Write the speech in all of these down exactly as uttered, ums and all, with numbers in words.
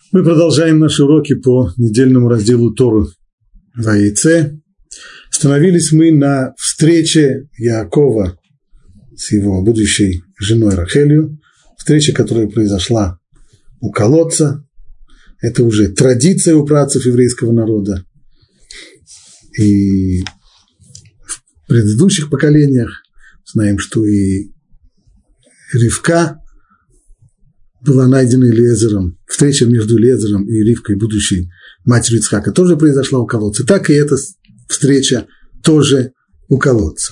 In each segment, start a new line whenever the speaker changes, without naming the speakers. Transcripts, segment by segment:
Мы продолжаем наши уроки по недельному разделу Торы Ваейце. Остановились мы на встрече Яакова с его будущей женой Рахелью, встреча, которая произошла у колодца. Это уже традиция у праотцов еврейского народа. И в предыдущих поколениях знаем, что и Ривка была найдена Элиэзером. Встреча между Элиэзером и Ривкой, будущей матерью Ицхака, тоже произошла у колодца. Так и эта встреча тоже у колодца.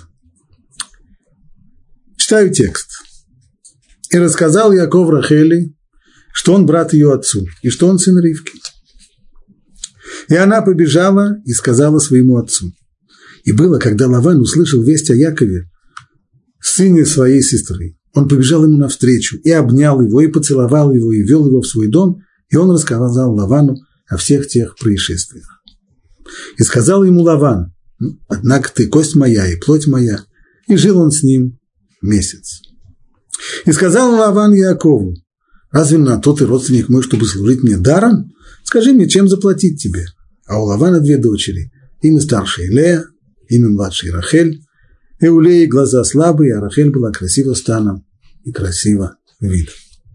Читаю текст. «И рассказал Яаков Рахели, что он брат ее отцу, и что он сын Ривки. И она побежала и сказала своему отцу. И было, когда Лаван услышал весть о Якове, сыне своей сестры, он побежал ему навстречу и обнял его, и поцеловал его, и вел его в свой дом, и он рассказал Лавану о всех тех происшествиях. И сказал ему Лаван: однако ты кость моя и плоть моя. И жил он с ним месяц. И сказал Лаван Яакову: разве на то ты родственник мой, чтобы служить мне даром? Скажи мне, чем заплатить тебе? А у Лавана две дочери, имя старшей Лея, имя младшей Рахель. И у Леи глаза слабые, а Рахель была красива станом и красиво видом.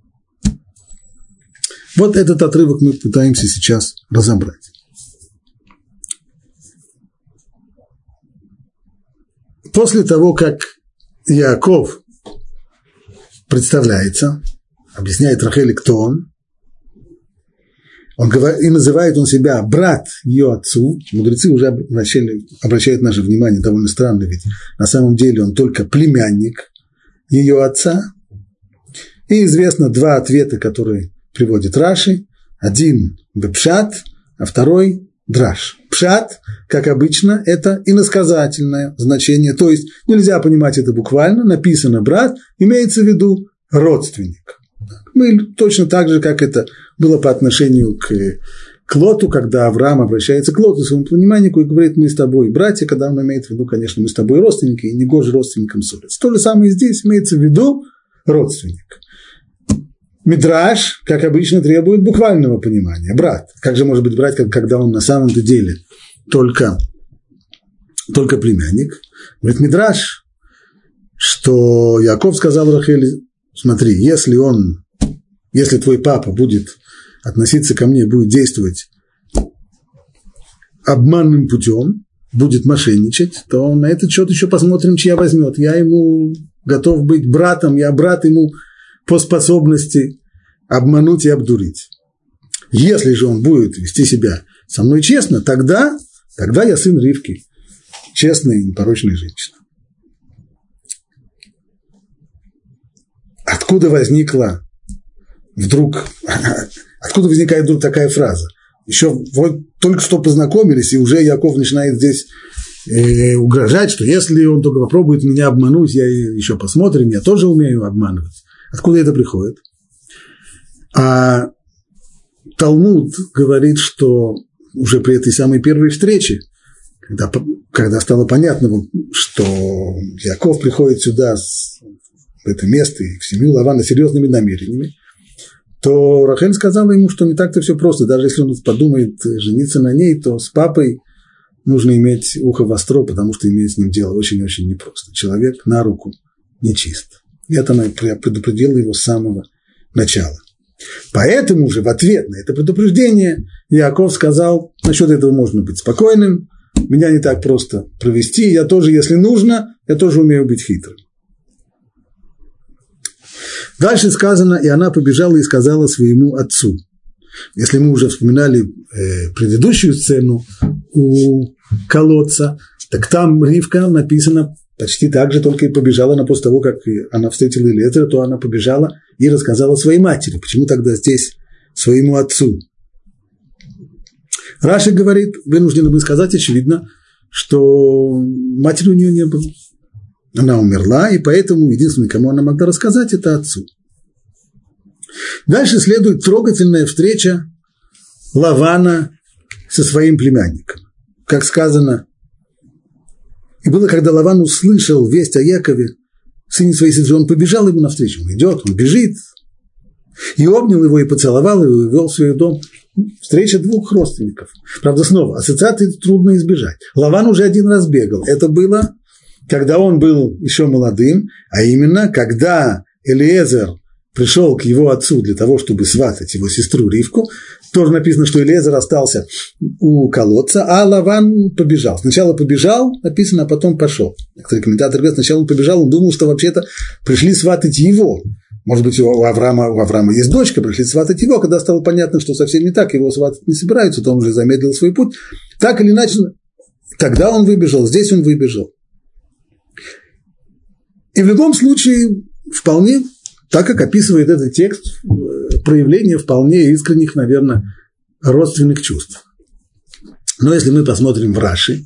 Вот этот отрывок мы пытаемся сейчас разобрать. После того, как Яаков представляется, объясняет Рахели, кто он, он говорит, и называет он себя брат ее отцу. Мудрецы уже обращали, обращают наше внимание, довольно странно, ведь на самом деле он только племянник ее отца. И известно два ответа, которые приводит Раши. Один бепшат, а второй драш. Пшат, как обычно, это иносказательное значение, то есть нельзя понимать это буквально. Написано брат, имеется в виду родственник. Мы точно так же, как это было по отношению к, к Лоту, когда Авраам обращается к Лоту, своему племяннику, и говорит: мы с тобой братья, когда он имеет в виду, конечно, мы с тобой родственники, и не гоже родственникам ссориться. То же самое и здесь имеется в виду родственник. Мидраш, как обычно, требует буквального понимания. Брат. Как же может быть брат, когда он на самом-то деле только, только племянник? Говорит Мидраш, что Яаков сказал Рахели: смотри, если он, если твой папа будет относиться ко мне, будет действовать обманным путем, будет мошенничать, то на этот счет еще посмотрим, чья возьмет. Я ему готов быть братом, я брат ему по способности обмануть и обдурить. Если же он будет вести себя со мной честно, тогда, тогда я сын Ривки, честная и непорочная женщина. Откуда возникла вдруг, откуда возникает вдруг такая фраза? Еще вот только что познакомились, и уже Яаков начинает здесь э, угрожать, что если он только попробует меня обмануть, я еще посмотрим, я тоже умею обманывать. Откуда это приходит? А Талмуд говорит, что уже при этой самой первой встрече, когда, когда стало понятно, что Яаков приходит сюда, в это место, и в семью Лавана серьезными намерениями, то Рахель сказала ему, что не так-то все просто. Даже если он подумает жениться на ней, то с папой нужно иметь ухо востро, потому что иметь с ним дело очень-очень непросто. Человек на руку нечист. И это она предупредила его с самого начала. Поэтому же в ответ на это предупреждение Яаков сказал: насчет этого можно быть спокойным, меня не так просто провести, я тоже, если нужно, я тоже умею быть хитрым. Дальше сказано: и она побежала и сказала своему отцу. Если мы уже вспоминали э, предыдущую сцену у колодца, так там Ривка написано почти так же, только и побежала она после того, как она встретила Элиэзера, то она побежала и рассказала своей матери. Почему тогда здесь своему отцу? Раши говорит, вынуждены бы сказать, очевидно, что матери у нее не было. Она умерла, и поэтому единственное, кому она могла рассказать, это отцу. Дальше следует трогательная встреча Лавана со своим племянником. Как сказано, и было, когда Лаван услышал весть о Якове, сыне своей сестры, он побежал ему навстречу. Он идет, он бежит. И обнял его, и поцеловал его, и ввел в свой дом. Встреча двух родственников. Правда, снова, ассоциации трудно избежать. Лаван уже один раз бегал. Это было, когда он был еще молодым, а именно, когда Элиэзер пришел к его отцу для того, чтобы сватать его сестру Ривку. Тоже написано, что Элиэзер остался у колодца, а Лаван побежал. Сначала побежал, написано, а потом пошел. Некоторые комментаторы говорят, сначала он побежал, он думал, что вообще-то пришли сватать его. Может быть, у Авраама, у Авраама есть дочка, пришли сватать его. Когда стало понятно, что совсем не так, его сватать не собираются, то он уже замедлил свой путь. Так или иначе, тогда он выбежал, здесь он выбежал. И в любом случае, вполне, так как описывает этот текст, проявление вполне искренних, наверное, родственных чувств. Но если мы посмотрим в Раши,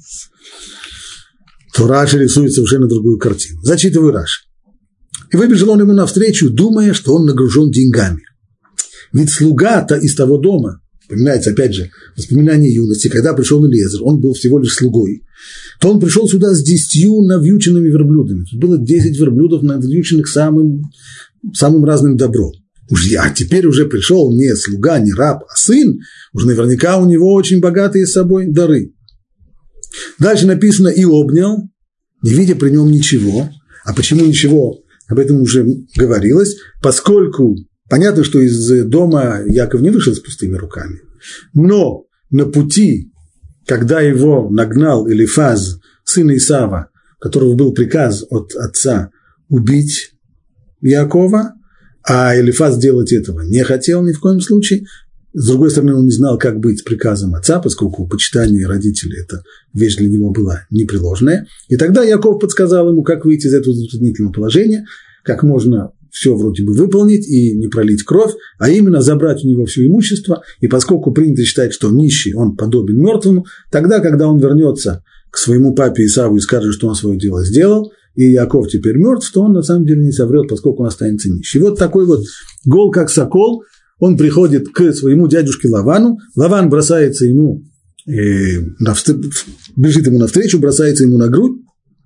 то Раши рисует совершенно другую картину. Зачитываю Раши. И выбежал он ему навстречу, думая, что он нагружен деньгами. Ведь слуга-то из того дома, вспоминается опять же воспоминание юности, когда пришел Элиэзер, он был всего лишь слугой, то он пришел сюда с десятью навьюченными верблюдами. Тут было десять верблюдов, навьюченных самым, самым разным добром. Уж я теперь уже пришел не слуга, не раб, а сын, уже наверняка у него очень богатые с собой дары. Дальше написано «и обнял», не видя при нем ничего. А почему ничего? Об этом уже говорилось, поскольку понятно, что из дома Яков не вышел с пустыми руками, но на пути, когда его нагнал Элифаз, сын Исава, у которого был приказ от отца убить Якова, а Элифаз делать этого не хотел ни в коем случае. С другой стороны, он не знал, как быть с приказом отца, поскольку почитание родителей – это вещь для него была непреложная. И тогда Яков подсказал ему, как выйти из этого затруднительного положения, как можно все вроде бы выполнить и не пролить кровь, а именно забрать у него все имущество. И поскольку принято считать, что нищий, он подобен мертвому, тогда, когда он вернется к своему папе Исаву и скажет, что он свое дело сделал, и Яков теперь мертв, то он на самом деле не соврет, поскольку он останется нищий. И вот такой вот гол, как сокол, он приходит к своему дядюшке Лавану, Лаван бросается ему, э, бежит ему навстречу, бросается ему на грудь,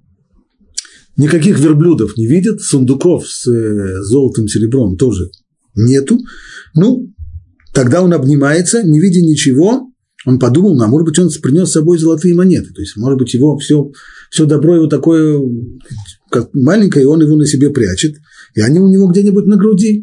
никаких верблюдов не видит, сундуков с э, золотом, серебром тоже нету, ну, тогда он обнимается, не видя ничего, он подумал, ну, а может быть, он принес с собой золотые монеты, то есть, может быть, его все, все добро его такое, как маленькое, и он его на себе прячет, и они у него где-нибудь на груди.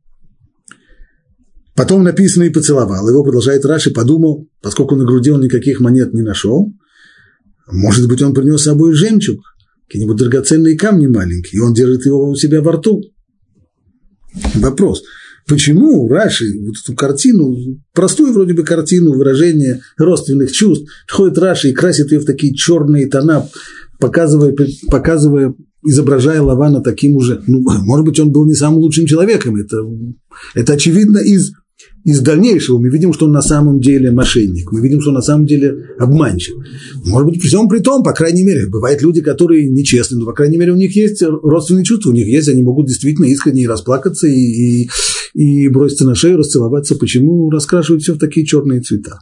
Потом написано «и поцеловал». Его продолжает Раши, подумал, поскольку на груди он никаких монет не нашел, может быть, он принес с собой жемчуг, какие-нибудь драгоценные камни маленькие, и он держит его у себя во рту. Вопрос, почему Раши вот эту картину, простую вроде бы картину выражения родственных чувств, ходит Раши и красит ее в такие черные тона, показывая, показывая изображая Лавана таким уже, ну, может быть, он был не самым лучшим человеком, это, это очевидно из, из дальнейшего. Мы видим, что он на самом деле мошенник, мы видим, что он на самом деле обманщик. Может быть, при всем при том, по крайней мере, бывают люди, которые нечестны, но, по крайней мере, у них есть родственные чувства, у них есть, они могут действительно искренне расплакаться и, и, и броситься на шею, расцеловаться. Почему раскрашивают все в такие черные цвета?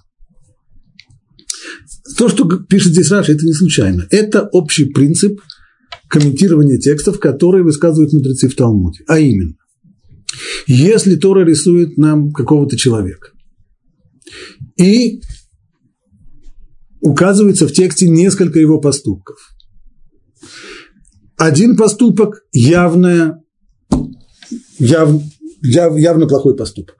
То, что пишет здесь Раши, это не случайно. Это общий принцип комментирования текстов, которые высказывают мудрецы в Талмуде. А именно, если Тора рисует нам какого-то человека и указывается в тексте несколько его поступков, один поступок явно, яв, яв, явно плохой поступок,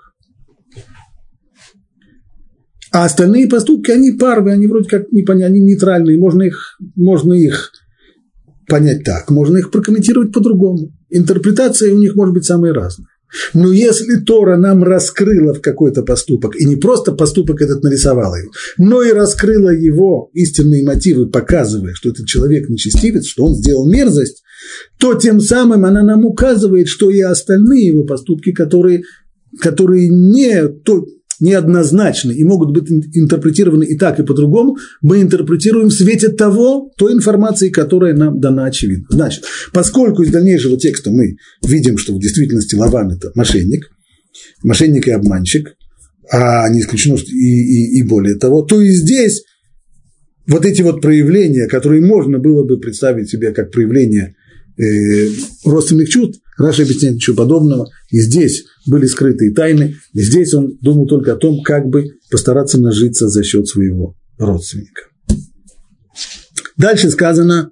а остальные поступки, они парные, они вроде как непонятные, они нейтральные, можно их, можно их понять так, можно их прокомментировать по-другому. Интерпретация у них может быть самая разная. Но если Тора нам раскрыла в какой-то поступок, и не просто поступок этот нарисовала его, но и раскрыла его истинные мотивы, показывая, что этот человек нечестивец, что он сделал мерзость, то тем самым она нам указывает, что и остальные его поступки, которые, которые не то, неоднозначны и могут быть интерпретированы и так, и по-другому, мы интерпретируем в свете того, той информации, которая нам дана очевидно. Значит, поскольку из дальнейшего текста мы видим, что в действительности Лаван – это мошенник, мошенник и обманщик, а не исключено, что и, и, и более того, то и здесь вот эти вот проявления, которые можно было бы представить себе как проявления э, родственных чувств, Раши объясняет ничего подобного. И здесь были скрытые тайны, и здесь он думал только о том, как бы постараться нажиться за счет своего родственника. Дальше сказано,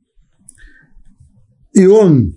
и он,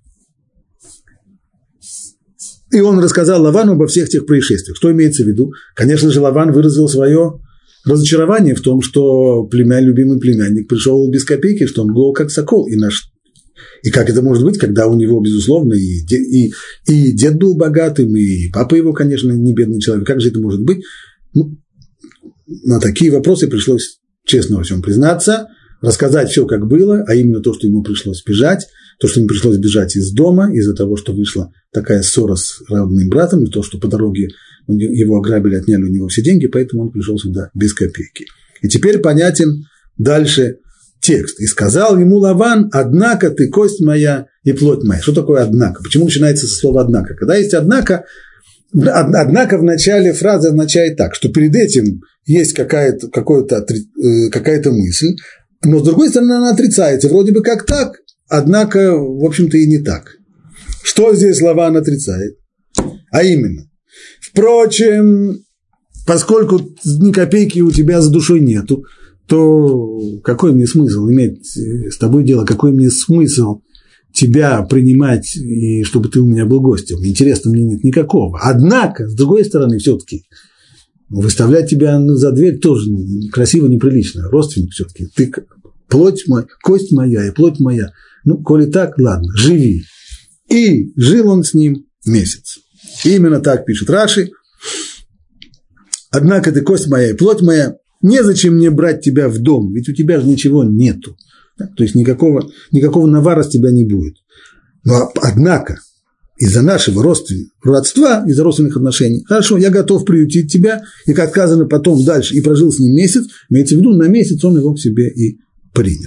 и он рассказал Лавану обо всех тех происшествиях. Что имеется в виду? Конечно же, Лаван выразил свое разочарование в том, что племянник, любимый племянник пришел без копейки, что он гол как сокол. И, наш, и как это может быть, когда у него, безусловно, и, и, и дед был богатым, и папа его, конечно, не бедный человек. Как же это может быть? Ну, на такие вопросы пришлось честно во всем признаться, рассказать все, как было, а именно то, что ему пришлось бежать, то, что ему пришлось бежать из дома из-за того, что вышла такая ссора с родным братом, и то, что по дороге его ограбили, отняли у него все деньги, поэтому он пришел сюда без копейки. И теперь понятен дальше текст. «И сказал ему Лаван, однако ты кость моя и плоть моя». Что такое «однако»? Почему начинается со слова «однако»? Когда есть «однако», однако в начале фразы означает так, что перед этим есть какая-то, какая-то, какая-то мысль, но с другой стороны она отрицается. Вроде бы как так, однако, в общем-то, и не так. Что здесь Лаван отрицает? А именно, впрочем, поскольку ни копейки у тебя за душой нету, то какой мне смысл иметь с тобой дело, какой мне смысл тебя принимать, и чтобы ты у меня был гостем? Интереса мне нет никакого. Однако, с другой стороны, все-таки выставлять тебя за дверь тоже красиво, неприлично. Родственник все-таки. Ты плоть моя, кость моя и плоть моя. Ну, коли так, ладно, живи. И жил он с ним месяц. И именно так пишет Раши. Однако ты кость моя и плоть моя, незачем мне брать тебя в дом, ведь у тебя же ничего нету. То есть никакого, никакого навара с тебя не будет. Но однако из-за нашего родства, из-за родственных отношений, хорошо, я готов приютить тебя, и, как сказано потом дальше, и прожил с ним месяц, имеется в виду, на месяц он его к себе и принял.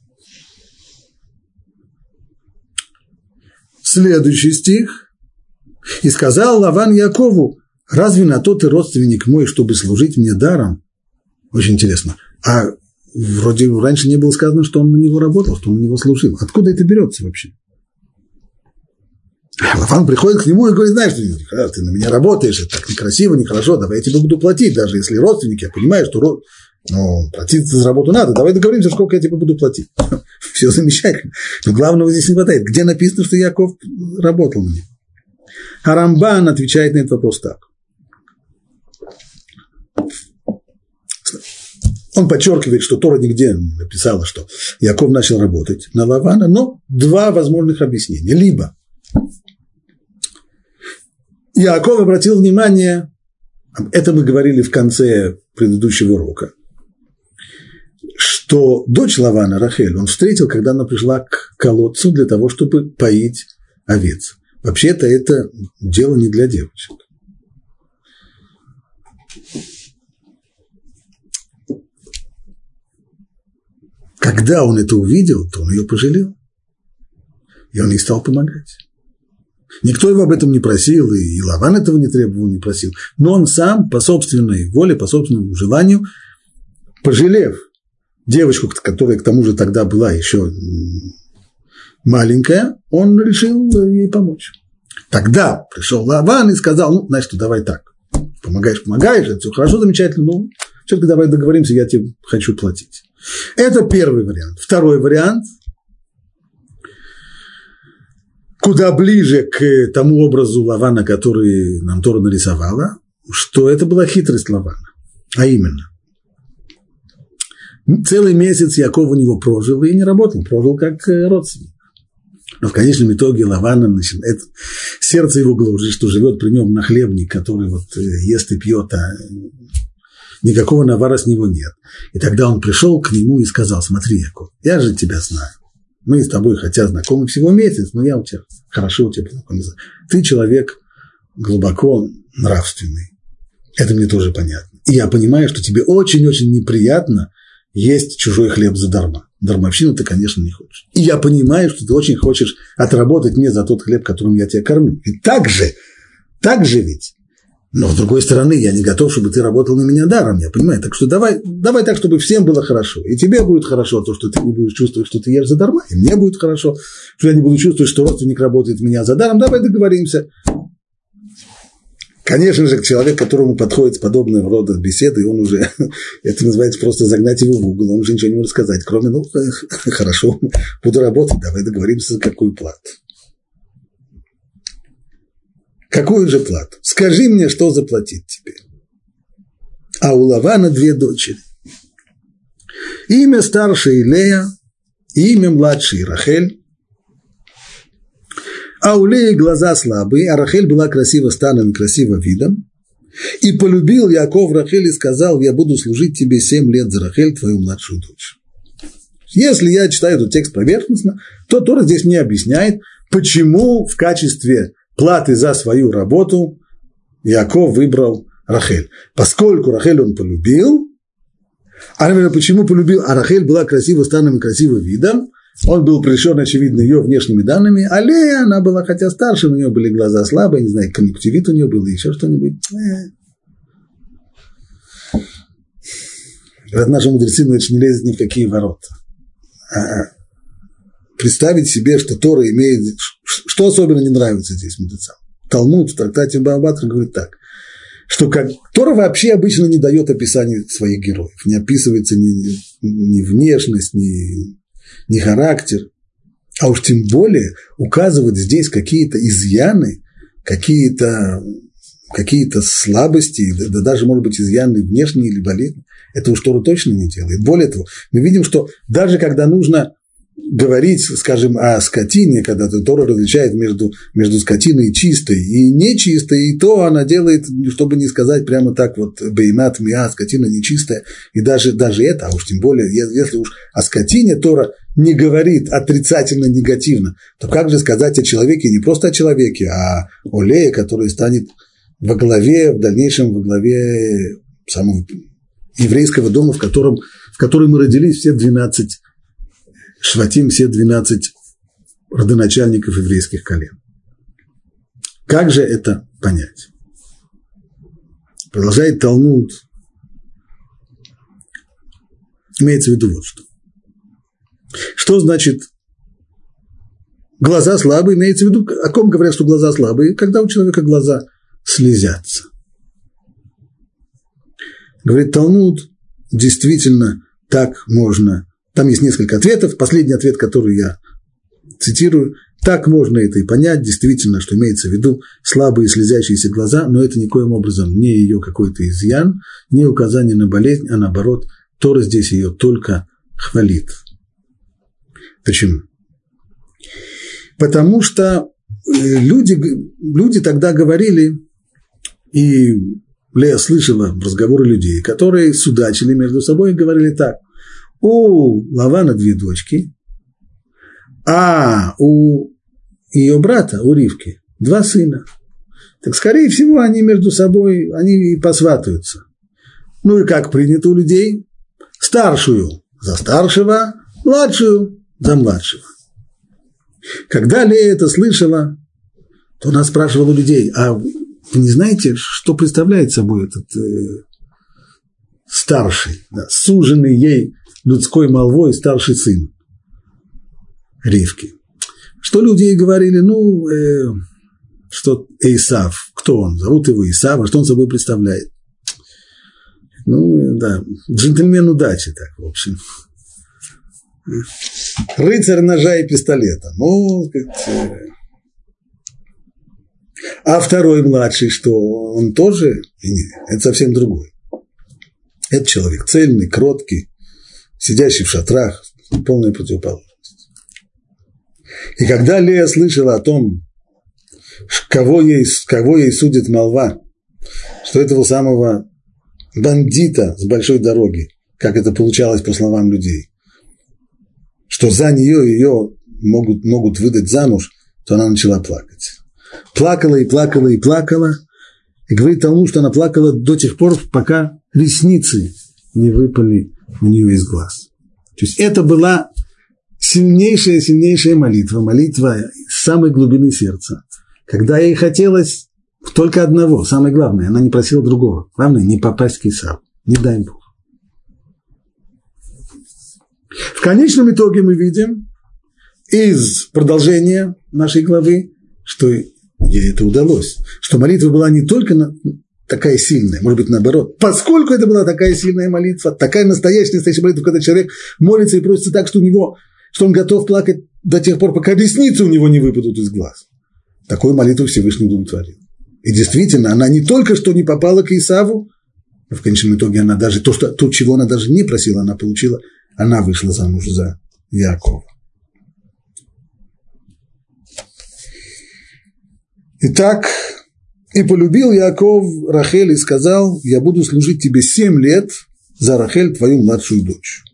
Следующий стих. «И сказал Лаван Якову, разве на то ты родственник мой, чтобы служить мне даром?» Очень интересно. А вроде раньше не было сказано, что он на него работал, что он на него служил. Откуда это берется вообще? Лаван приходит к нему и говорит, знаешь, ты на меня работаешь, это так некрасиво, нехорошо, давай я тебе буду платить, даже если родственники, я понимаю, что ну, платить за работу надо, давай договоримся, сколько я тебе буду платить. Все замечательно. Но главного здесь не хватает. Где написано, что Яков работал на него? А Рамбан отвечает на этот вопрос так. Он подчеркивает, что Тора нигде написала, что Яков начал работать на Лавана, но два возможных объяснения. Либо Яков обратил внимание, это мы говорили в конце предыдущего урока, что дочь Лавана, Рахель, он встретил, когда она пришла к колодцу для того, чтобы поить овец. Вообще-то это дело не для девочек. Когда он это увидел, то он ее пожалел. И он ей стал помогать. Никто его об этом не просил, и Лаван этого не требовал, не просил. Но он сам по собственной воле, по собственному желанию, пожалев девочку, которая к тому же тогда была еще маленькая, он решил ей помочь. Тогда пришел Лаван и сказал, ну, значит, давай так, помогаешь, помогаешь, это все хорошо, замечательно, ну, все-таки давай договоримся, я тебе хочу платить. Это первый вариант. Второй вариант, куда ближе к тому образу Лавана, который нам Тора нарисовала, что это была хитрость Лавана. А именно, целый месяц Яков у него прожил и не работал, прожил как родственник. Но в конечном итоге Лавана начинает, сердце его гложет, что живет при нем нахлебник, который вот ест и пьет, а никакого навара с него нет. И тогда он пришел к нему и сказал, смотри, Яков, я же тебя знаю. Мы с тобой, хотя знакомы всего месяц, но я у тебя хорошо у тебя познакомился. Ты человек глубоко нравственный. Это мне тоже понятно. И я понимаю, что тебе очень-очень неприятно есть чужой хлеб задарма. Дармовщину ты, конечно, не хочешь. И я понимаю, что ты очень хочешь отработать мне за тот хлеб, которым я тебя кормлю. И так же, так же ведь Но, с другой стороны, я не готов, чтобы ты работал на меня даром, я понимаю. Так что давай, давай так, чтобы всем было хорошо. И тебе будет хорошо то, что ты не будешь чувствовать, что ты ешь задарма, и мне будет хорошо, что я не буду чувствовать, что родственник работает у меня за даром. Давай договоримся. Конечно же, человек, к которому подходит подобного рода беседы, он уже, это называется просто загнать его в угол, он уже ничего не может сказать, кроме, ну, хорошо, буду работать, давай договоримся, за какую плату. Какую же плату? Скажи мне, что заплатить тебе. А у Лавана две дочери. Имя старшей Лея, имя младшей Рахель. А у Леи глаза слабые, а Рахель была красиво станом и красиво видом. И полюбил Яаков Рахель и сказал: я буду служить тебе семь лет за Рахель, твою младшую дочь. Если я читаю этот текст поверхностно, то Тора здесь не объясняет, почему в качестве платы за свою работу Яаков выбрал Рахель. Поскольку Рахель он полюбил, а именно почему полюбил, а Рахель была красиво станом и красиво видом, он был прельщен, очевидно, ее внешними данными, а Лея, она была хотя старше, у нее были глаза слабые, не знаю, конъюнктивит у нее был, еще что-нибудь. Говорят, наши мудрецы, значит, не лезет ни в какие ворота. А представить себе, что Тора имеет... Что особенно не нравится здесь мудрецам? Талмуд в трактате Бава Батра говорит так, что как Тора вообще обычно не дает описания своих героев, не описывается ни, ни внешность, ни, ни характер, а уж тем более указывать здесь какие-то изъяны, какие-то, какие-то слабости, да, да даже, может быть, изъяны внешние или болезни. Это уж Тора точно не делает. Более того, мы видим, что даже когда нужно говорить, скажем, о скотине, когда Тора различает между, между скотиной чистой и нечистой, и то она делает, чтобы не сказать прямо так вот беймат миа, скотина нечистая, и даже, даже это, а уж тем более, если уж о скотине Тора не говорит отрицательно, негативно, то как же сказать о человеке, не просто о человеке, а о Лее, который станет во главе, в дальнейшем во главе самого еврейского дома, в котором, в котором мы родились все двенадцать Шватим, все двенадцать родоначальников еврейских колен. Как же это понять? Продолжает Талмуд. Имеется в виду вот что. Что значит глаза слабые? Имеется в виду, о ком говорят, что глаза слабые? Когда у человека глаза слезятся. Говорит Талмуд, действительно так можно. Там есть несколько ответов. Последний ответ, который я цитирую, так можно это и понять, действительно, что имеется в виду слабые слезящиеся глаза, но это никоим образом не ее какой-то изъян, не указание на болезнь, а наоборот, Тора здесь ее только хвалит. Почему? Потому что люди, люди тогда говорили, и Лея слышала разговоры людей, которые судачили между собой и говорили так: у Лавана две дочки, а у ее брата, у Ривки, два сына. Так, скорее всего, они между собой, они и посватаются. Ну и как принято у людей? Старшую за старшего, младшую за младшего. Когда Лея это слышала, то она спрашивала у людей: а вы не знаете, что представляет собой этот э, старший, да, суженный ей людской молвой старший сын Ривки? Что люди ей говорили? Ну, э, что Исав, кто он? Зовут его Исав, а что он собой представляет? Ну, да, джентльмен удачи, так, в общем. Рыцарь ножа и пистолета. Ну, как, а второй младший, что он тоже? Нет, это совсем другой. Это человек цельный, кроткий, сидящий в шатрах, полная противоположность. И когда Лея слышала о том, кого ей, кого ей судит молва, что этого самого бандита с большой дороги, как это получалось по словам людей, что за нее ее могут, могут выдать замуж, то она начала плакать. Плакала и плакала и плакала, и говорит Талмуд, что она плакала до тех пор, пока ресницы не выпали у нее из глаз. То есть это была сильнейшая, сильнейшая молитва, молитва с самой глубины сердца, когда ей хотелось Только одного, самое главное, она не просила другого. Главное, не попасть к Исаву. Не дай Бог. В конечном итоге мы видим из продолжения нашей главы, что ей это удалось. Что молитва была не только на, такая сильная, может быть, наоборот. Поскольку это была такая сильная молитва, такая настоящая, настоящая молитва, когда человек молится и просится так, что у него, что он готов плакать до тех пор, пока ресницы у него не выпадут из глаз. Такую молитву Всевышний удовлетворил. И действительно, она не только что не попала к Исаву, но в конечном итоге она даже, то, что, то, чего она даже не просила, она получила, она вышла замуж за Яакова. Итак, и полюбил Яаков Рахель и сказал: я буду служить тебе семь лет за Рахель, твою младшую дочь.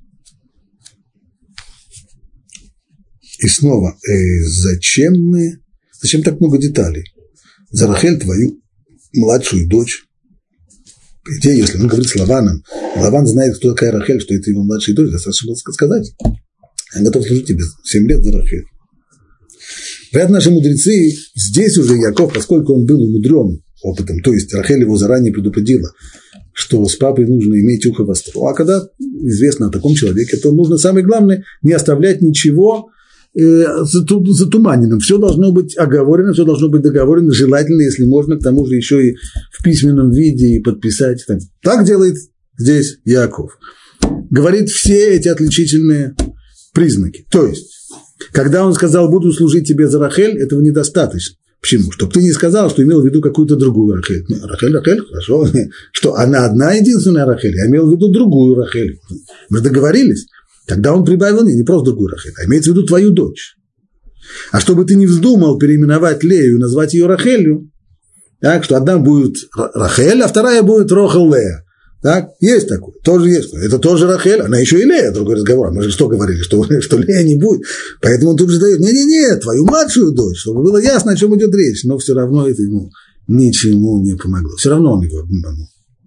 И снова, э, зачем мы, зачем так много деталей? За Рахель, твою младшую дочь. По идее, если он говорит с Лаваном, Лаван знает, кто такая Рахель, что это его младшая дочь, достаточно было сказать: я готов служить тебе семь лет за Рахель. Говорят наши мудрецы, здесь уже Яаков, поскольку он был умудрен опытом, то есть Рахель его заранее предупредила, что с папой нужно иметь ухо востро, а когда известно о таком человеке, то нужно, самое главное, не оставлять ничего э, затуманенным. Все должно быть оговорено, все должно быть договорено, желательно, если можно, к тому же еще и в письменном виде и подписать. Так, так делает здесь Яаков. Говорит все эти отличительные признаки. То есть, когда он сказал: буду служить тебе за Рахель, этого недостаточно. Почему? Чтобы ты не сказал, что имел в виду какую-то другую Рахель. Ну, Рахель, Рахель, хорошо. Что она одна единственная Рахель, я имел в виду другую Рахель. Мы договорились. Тогда он прибавил не, не просто другую Рахель, а имеется в виду твою дочь. А чтобы ты не вздумал переименовать Лею и назвать ее Рахелью, так, что одна будет Рахель, а вторая будет Рохел Лея. Так, есть такое, тоже есть. Это тоже Рахель, она еще и Лея, другой разговор. Мы же что говорили, что, что Лея не будет. Поэтому он тут же дает: не-не-не, твою младшую дочь, чтобы было ясно, о чем идет речь. Но все равно это ему ничему не помогло. Все равно он его обманул.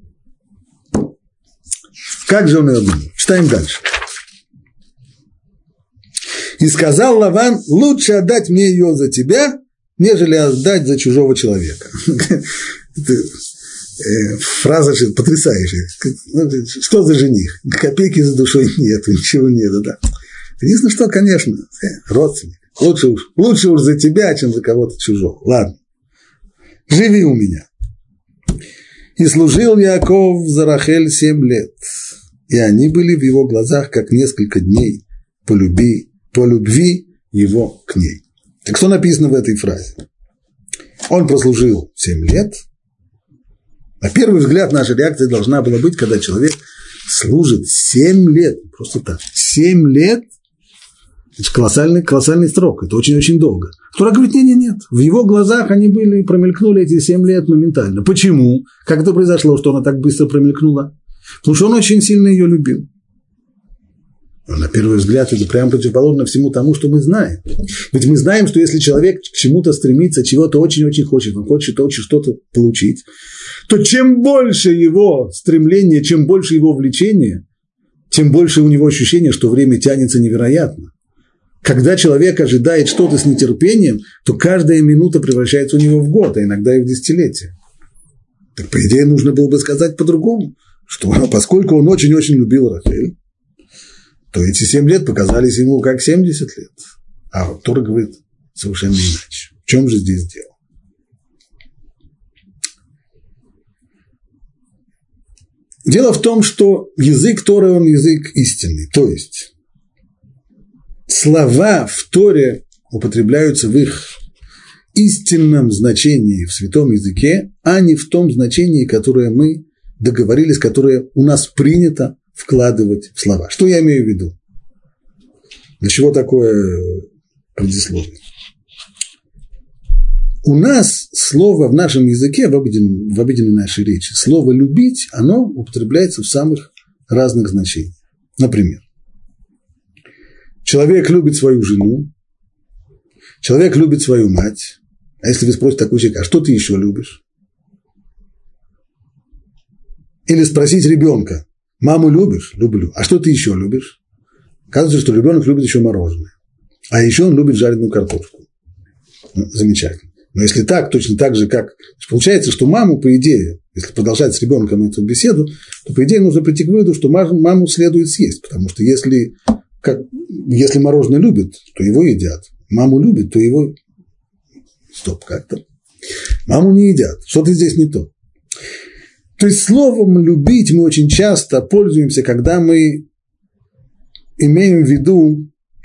Как же он ее обманул? Читаем дальше. И сказал Лаван: лучше отдать мне ее за тебя, нежели отдать за чужого человека. Фраза потрясающая. Что за жених? Копейки за душой нет, ничего нет. Да. Единственное, что, конечно, родственник. Лучше уж, лучше уж за тебя, чем за кого-то чужого. Ладно, живи у меня. И служил Яаков за Рахель семь лет, и они были в его глазах, как несколько дней по любви, по любви его к ней. Так что написано в этой фразе? Он прослужил семь лет. На первый взгляд наша реакция должна была быть, когда человек служит семь лет, просто так, семь лет, это колоссальный, колоссальный срок, это очень-очень долго. Тора говорит: нет-нет-нет, в его глазах они были, промелькнули эти семь лет моментально. Почему? Как это произошло, что она так быстро промелькнула? Потому что он очень сильно ее любил. Но на первый взгляд это прямо противоположно всему тому, что мы знаем. Ведь мы знаем, что если человек к чему-то стремится, чего-то очень-очень хочет, он хочет очень что-то получить, то чем больше его стремление, чем больше его влечения, тем больше у него ощущение, что время тянется невероятно. Когда человек ожидает что-то с нетерпением, то каждая минута превращается у него в год, а иногда и в десятилетие. Так, по идее, нужно было бы сказать по-другому, что поскольку он очень-очень любил Рахель, то эти семь лет показались ему как семьдесят лет. А Тора говорит совершенно иначе. В чем же здесь дело? Дело в том, что язык Торы, он язык истинный. То есть, слова в Торе употребляются в их истинном значении в святом языке, а не в том значении, которое мы договорились, которое у нас принято вкладывать в слова. Что я имею в виду? Для чего такое предисловие? У нас слово в нашем языке, в обыденной, в обыденной нашей речи, слово «любить», оно употребляется в самых разных значениях. Например, человек любит свою жену, человек любит свою мать. А если вы спросите такого человека: а что ты еще любишь? Или спросить ребенка: маму любишь? Люблю. А что ты еще любишь? Оказывается, что ребенок любит еще мороженое. А еще он любит жареную картошку. Ну, замечательно. Но если так, точно так же, как… Получается, что маму, по идее, если продолжать с ребенком эту беседу, то, по идее, нужно прийти к выводу, что маму следует съесть. Потому что если, как, если мороженое любят, то его едят. Маму любят, то его… Стоп, как-то. Маму не едят. Что-то здесь не то. То есть словом «любить» мы очень часто пользуемся, когда мы имеем в виду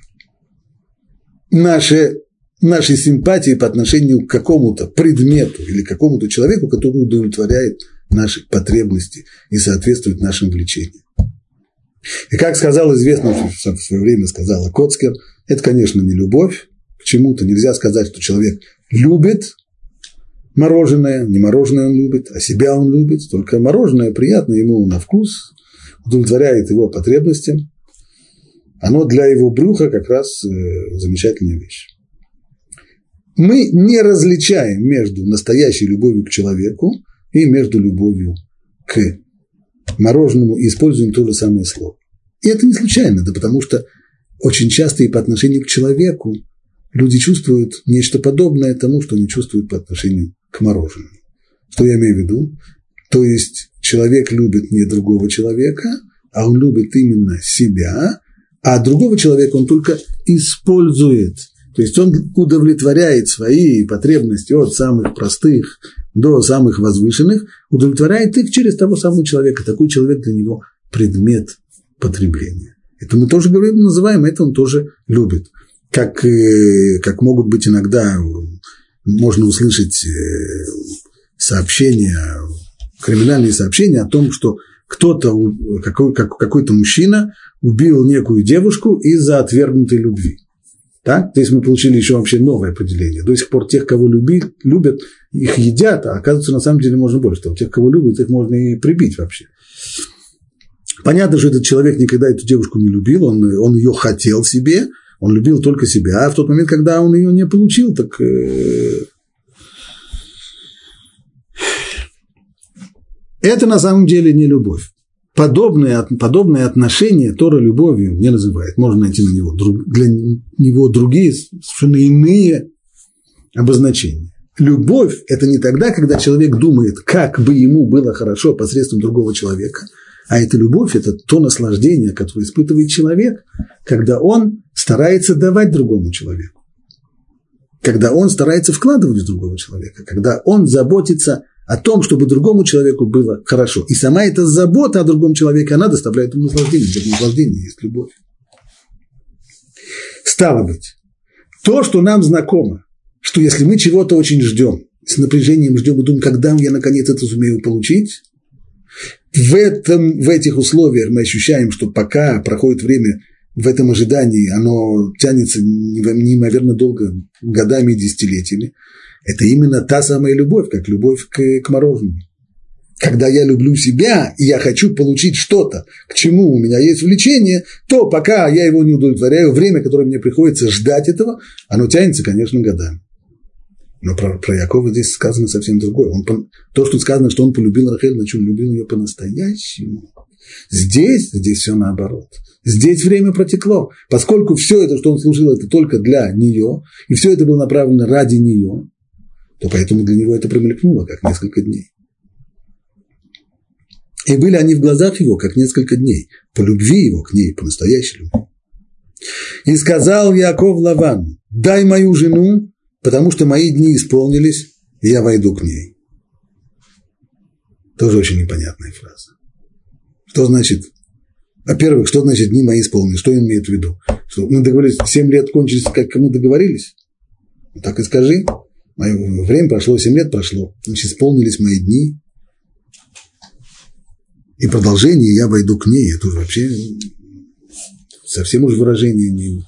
наши, наши симпатии по отношению к какому-то предмету или какому-то человеку, который удовлетворяет наши потребности и соответствует нашим влечениям. И как сказал известно, в свое время сказала Коцкер, это, конечно, не любовь к чему-то. Нельзя сказать, что человек любит мороженое, не мороженое он любит, а себя он любит, только мороженое приятно ему на вкус, удовлетворяет его потребностям. Оно для его брюха как раз э, замечательная вещь. Мы не различаем между настоящей любовью к человеку и между любовью к мороженому и используем то же самое слово. И это не случайно, да потому что очень часто и по отношению к человеку люди чувствуют нечто подобное тому, что они чувствуют по отношению к мороженому. Что я имею в виду? То есть человек любит не другого человека, а он любит именно себя, а другого человека он только использует. То есть он удовлетворяет свои потребности от самых простых до самых возвышенных, удовлетворяет их через того самого человека. Такой человек для него предмет потребления. Это мы тоже говорим, называем, это он тоже любит. Как, как могут быть иногда, можно услышать сообщения, криминальные сообщения о том, что кто-то, какой, какой-то мужчина убил некую девушку из-за отвергнутой любви. Так? Здесь мы получили еще вообще новое определение. До сих пор тех, кого люби, любят, их едят, а оказывается, на самом деле можно больше. Тех, кого любят, их можно и прибить вообще. Понятно, что этот человек никогда эту девушку не любил, он, он ее хотел себе, он любил только себя, а в тот момент, когда он ее не получил, так… Э, это на самом деле не любовь. Подобное, подобное отношение Тора любовью не называет. Можно найти на него, для него другие, совершенно иные обозначения. Любовь – это не тогда, когда человек думает, как бы ему было хорошо посредством другого человека, а эта любовь – это то наслаждение, которое испытывает человек, когда он старается давать другому человеку, когда он старается вкладывать в другого человека, когда он заботится о том, чтобы другому человеку было хорошо. И сама эта забота о другом человеке, она доставляет ему наслаждение. Это наслаждение есть любовь. Стало быть, то, что нам знакомо, что если мы чего-то очень ждем, с напряжением ждем и думаем, когда я наконец это сумею получить, в, этом, в этих условиях мы ощущаем, что пока проходит время, в этом ожидании оно тянется неимоверно долго, годами и десятилетиями. Это именно та самая любовь, как любовь к, к мороженому. Когда я люблю себя, и я хочу получить что-то, к чему у меня есть влечение, то пока я его не удовлетворяю, время, которое мне приходится ждать этого, оно тянется, конечно, годами. Но про, про Якова здесь сказано совсем другое. Он, то, что сказано, что он полюбил Рахель, значит, он любил ее по-настоящему. Здесь, здесь все наоборот. Здесь время протекло. Поскольку все это, что он служил, это только для нее, и все это было направлено ради нее, то поэтому для него это промелькнуло, как несколько дней. И были они в глазах его, как несколько дней, по любви его к ней, по настоящей любви. И сказал Яаков Лавану: дай мою жену, потому что мои дни исполнились, и я войду к ней. Тоже очень непонятная фраза. Что значит, во-первых, что значит дни мои исполнились? Что он имеет в виду? Что мы договорились, семь лет кончились, как мы договорились? Так и скажи. Мое время прошло, семь лет прошло, значит, исполнились мои дни. И продолжение, я войду к ней, это уже вообще совсем уже выражение не…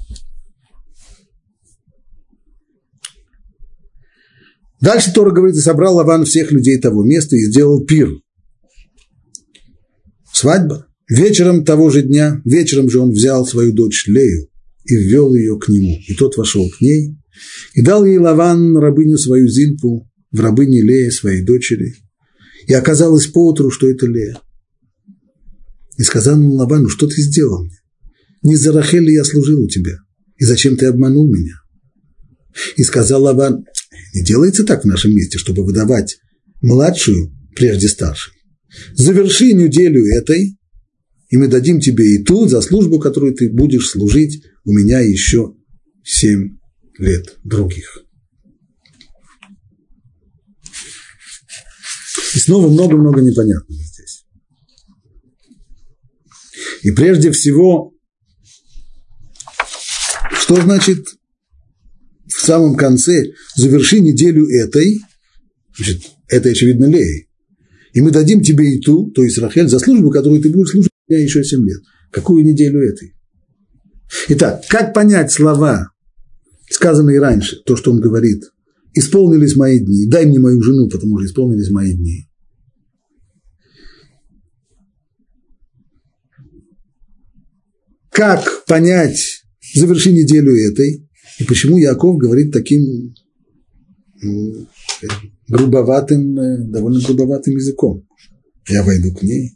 Дальше Тора говорит: и собрал Лаван всех людей того места и сделал пир. Свадьба. Вечером того же дня, вечером же он взял свою дочь Лею и ввел ее к нему. И тот вошел к ней, и дал ей Лаван рабыню свою Зильпу, в рабыне Лея своей дочери. И оказалось поутру, что это Лея. И сказал ему Лаван: ну что ты сделал мне? Не за Рахель ли я служил у тебя? И зачем ты обманул меня? И сказал Лаван: Не делается так в нашем месте, чтобы выдавать младшую прежде старшей. Заверши неделю этой, и мы дадим тебе и ту за службу, которую ты будешь служить у меня еще семь лет других. И снова много-много непонятного здесь. И прежде всего, что значит в самом конце заверши неделю этой, значит, это, очевидно, Леи, и мы дадим тебе и ту, то есть Рахель, за службу, которую ты будешь служить у меня еще семь лет. Какую неделю этой? Итак, как понять слова, сказанные раньше, то, что он говорит, исполнились мои дни, дай мне мою жену, потому что исполнились мои дни. Как понять, заверши неделю этой, и почему Яаков говорит таким ну, грубоватым, довольно грубоватым языком? Я войду к ней.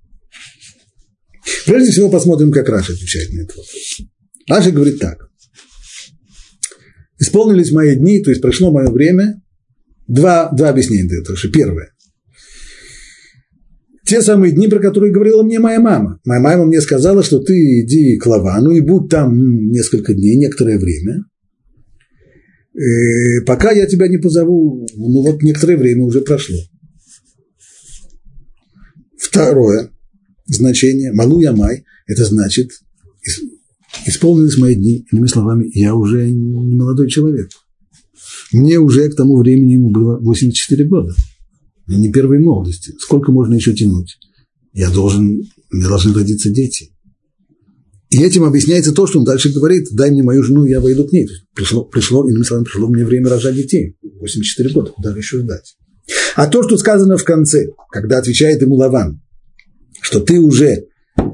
Прежде всего посмотрим, как Раши отвечает на этот вопрос. Раши говорит так. Исполнились мои дни, то есть прошло мое время. Два, два объяснения дает Раши. Первое. Те самые дни, про которые говорила мне моя мама. Моя мама мне сказала, что ты иди к Лавану и будь там несколько дней, некоторое время. И пока я тебя не позову, ну вот некоторое время уже прошло. Второе значение, малу ямай, это значит, исполнились мои дни, иными словами, я уже не молодой человек. Мне уже к тому времени ему было восемьдесят четыре года. Не первой молодости. Сколько можно еще тянуть? Я должен, мне должны родиться дети. И этим объясняется то, что он дальше говорит, дай мне мою жену, я войду к ней. Пришло, пришло, иными словами, пришло мне время рожать детей. восемьдесят четыре года, куда же еще ждать? А то, что сказано в конце, когда отвечает ему Лаван, что ты уже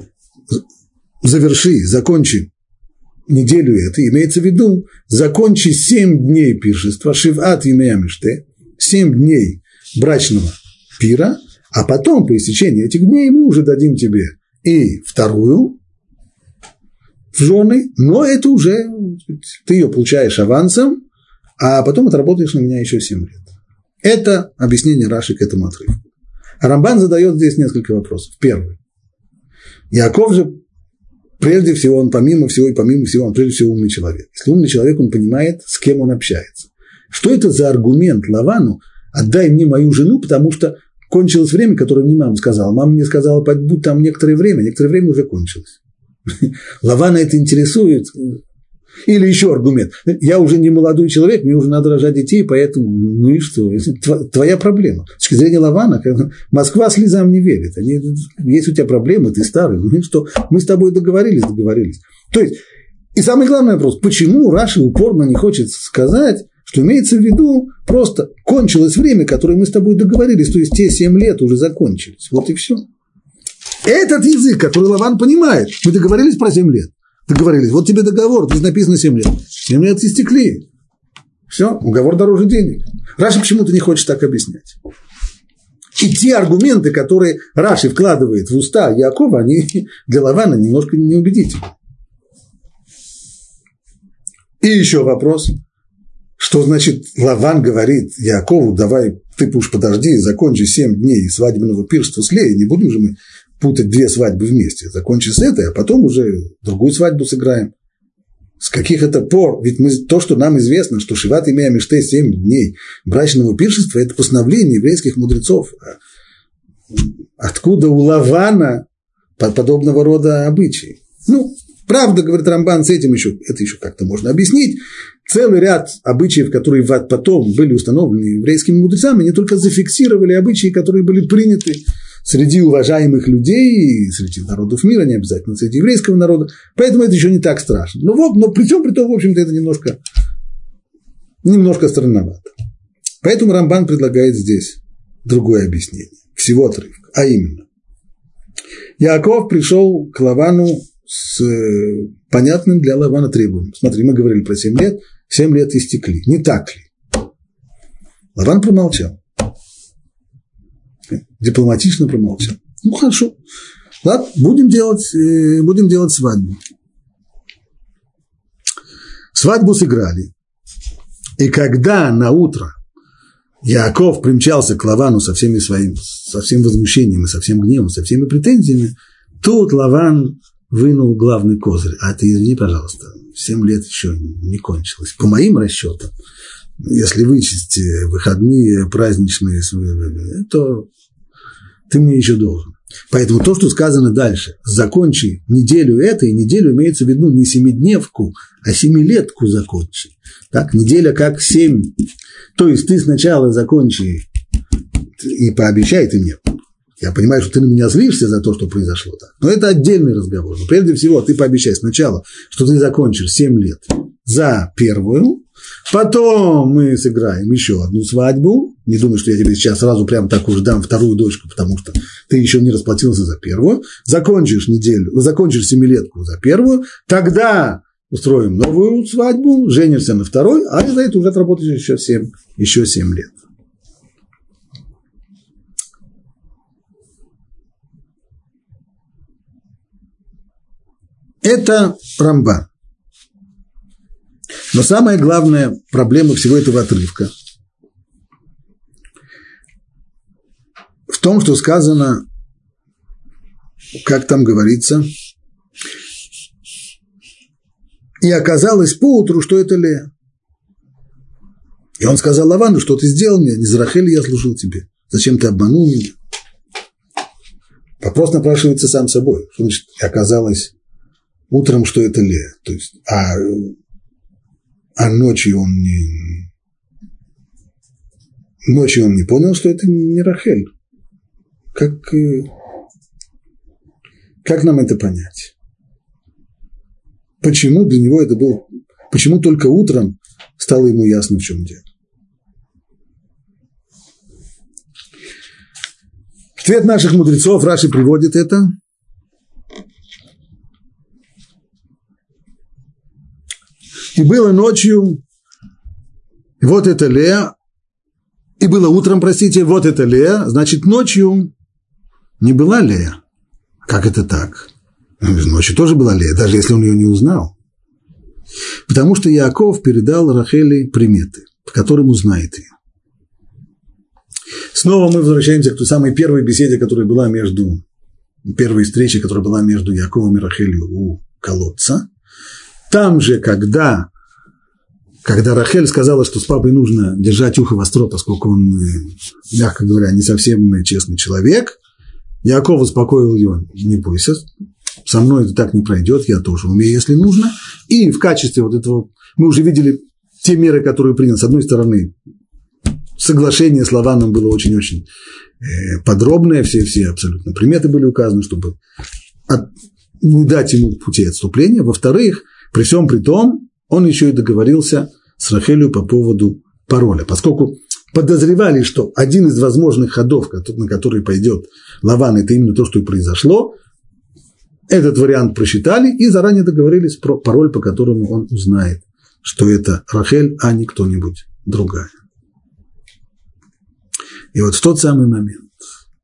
заверши, закончи неделю эту, имеется в виду, закончи семь дней пиршества, шиват имея миште, семь дней брачного пира, а потом, по истечении этих дней, мы уже дадим тебе и вторую в жены, но это уже, ты ее получаешь авансом, а потом отработаешь на меня еще семь лет. Это объяснение Раши к этому отрывку. А Рамбан задает здесь несколько вопросов. Первый. Яаков же, прежде всего, он помимо всего и помимо всего, он прежде всего умный человек. Если умный человек, он понимает, с кем он общается. Что это за аргумент Лавану? Отдай мне мою жену, потому что кончилось время, которое мне мама сказала. Мама мне сказала, будь там некоторое время, некоторое время уже кончилось. Лавана это интересует. Или еще аргумент. Я уже не молодой человек, мне уже надо рожать детей, поэтому, ну и что? Твоя проблема. С точки зрения Лавана, Москва слезам не верит. Они, если у тебя проблемы, ты старый, ну и что? Мы с тобой договорились, договорились. То есть, и самый главный вопрос, почему Раши упорно не хочет сказать, что имеется в виду просто кончилось время, которое мы с тобой договорились, то есть те семь лет уже закончились. Вот и все. Этот язык, который Лаван понимает, мы договорились про семь лет. Договорились, вот тебе договор, здесь написано семь лет. семь лет истекли. Все, уговор дороже денег. Раши почему-то не хочет так объяснять. И те аргументы, которые Раши вкладывает в уста Яакова, они для Лавана немножко неубедительны. И еще вопрос. Что значит Лаван говорит Яакову, давай ты уж подожди, закончи семь дней свадебного пиршества с Леей, не будем же мы путать две свадьбы вместе, закончи с этой, а потом уже другую свадьбу сыграем. С каких это пор? Ведь мы, то, что нам известно, что Шиват имея миште семь дней брачного пиршества, это постановление еврейских мудрецов. Откуда у Лавана подобного рода обычаи? Ну, правда, говорит Рамбан, с этим еще, это еще как-то можно объяснить. Целый ряд обычаев, которые потом были установлены еврейскими мудрецами, не только зафиксировали обычаи, которые были приняты среди уважаемых людей, среди народов мира, не обязательно среди еврейского народа, поэтому это еще не так страшно. Но, вот, но при всем при том, в общем-то, это немножко, немножко странновато. Поэтому Рамбан предлагает здесь другое объяснение всего отрывка, а именно, Яаков пришел к Лавану с понятным для Лавана требованием. Смотри, мы говорили про семь лет, семь лет истекли. Не так ли? Лаван промолчал. Дипломатично промолчал. Ну, хорошо. Ладно, будем делать, будем делать свадьбу. Свадьбу сыграли. И когда на утро Яаков примчался к Лавану со всеми своим, со всем возмущением и со всем гневом, со всеми претензиями, тут Лаван вынул главный козырь. А ты извини, пожалуйста, семь лет еще не кончилось. По моим расчетам, если вычесть выходные, праздничные, то ты мне еще должен. Поэтому то, что сказано дальше, закончи неделю это, и неделю имеется в виду не семидневку, а семилетку закончи. Так, неделя как семь. То есть ты сначала закончи и пообещай ты мне. Я понимаю, что ты на меня злишься за то, что произошло так. Но это отдельный разговор. Но прежде всего ты пообещай сначала, что ты закончишь семь лет за первую. Потом мы сыграем еще одну свадьбу. Не думай, что я тебе сейчас сразу прям так уж дам вторую дочку, потому что ты еще не расплатился за первую. Закончишь неделю, закончишь семилетку за первую. Тогда устроим новую свадьбу, женишься на второй, а за это уже отработаешь еще семь, еще семь лет. Это Рамбан. Но самая главная проблема всего этого отрывка в том, что сказано, как там говорится, и оказалось поутру, что это Лея. И он сказал Лавану, что ты сделал мне, не за Рахель я служил тебе, зачем ты обманул меня? Вопрос напрашивается сам собой, что значит, и оказалось утром, что это Лея, то есть, а А ночью он не, ночью он не понял, что это не Рахель. Как, как нам это понять? Почему для него это было, почему только утром стало ему ясно, в чем дело? Ответ наших мудрецов, Раши приводит это. И было ночью, вот это Лея, и было утром, простите, вот это Лея, значит, ночью не была Лея. Как это так? Ночью тоже была Лея, даже если он ее не узнал. Потому что Яаков передал Рахели приметы, по которым узнает ее. Снова мы возвращаемся к той самой первой беседе, которая была между, первой встрече, которая была между Яаковом и Рахелью у колодца. Там же, когда, когда Рахель сказала, что с папой нужно держать ухо востро, поскольку он, мягко говоря, не совсем честный человек, Яаков успокоил ее: не бойся, со мной это так не пройдет, я тоже умею, если нужно. И в качестве вот этого, мы уже видели те меры, которые принял. С одной стороны, соглашение с Лаваном было очень-очень подробное, все, все абсолютно приметы были указаны, чтобы от, не дать ему пути отступления. Во-вторых, при всем при том, он еще и договорился с Рахелью по поводу пароля, поскольку подозревали, что один из возможных ходов, на который пойдет Лаван, это именно то, что и произошло. Этот вариант просчитали и заранее договорились про пароль, по которому он узнает, что это Рахель, а не кто-нибудь другая. И вот в тот самый момент,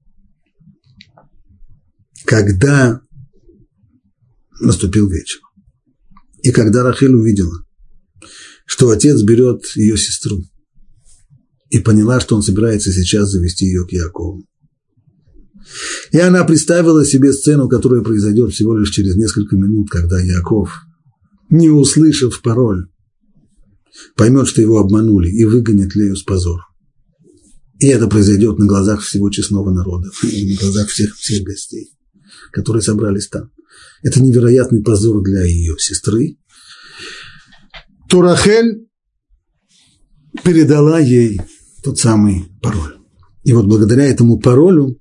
когда наступил вечер, и когда Рахель увидела, что отец берет ее сестру, и поняла, что он собирается сейчас завести ее к Яакову, и она представила себе сцену, которая произойдет всего лишь через несколько минут, когда Яаков, не услышав пароль, поймет, что его обманули, и выгонит Лею с позором. И это произойдет на глазах всего честного народа, и на глазах всех, всех гостей, которые собрались там. Это невероятный позор для ее сестры. То Рахель передала ей тот самый пароль. И вот благодаря этому паролю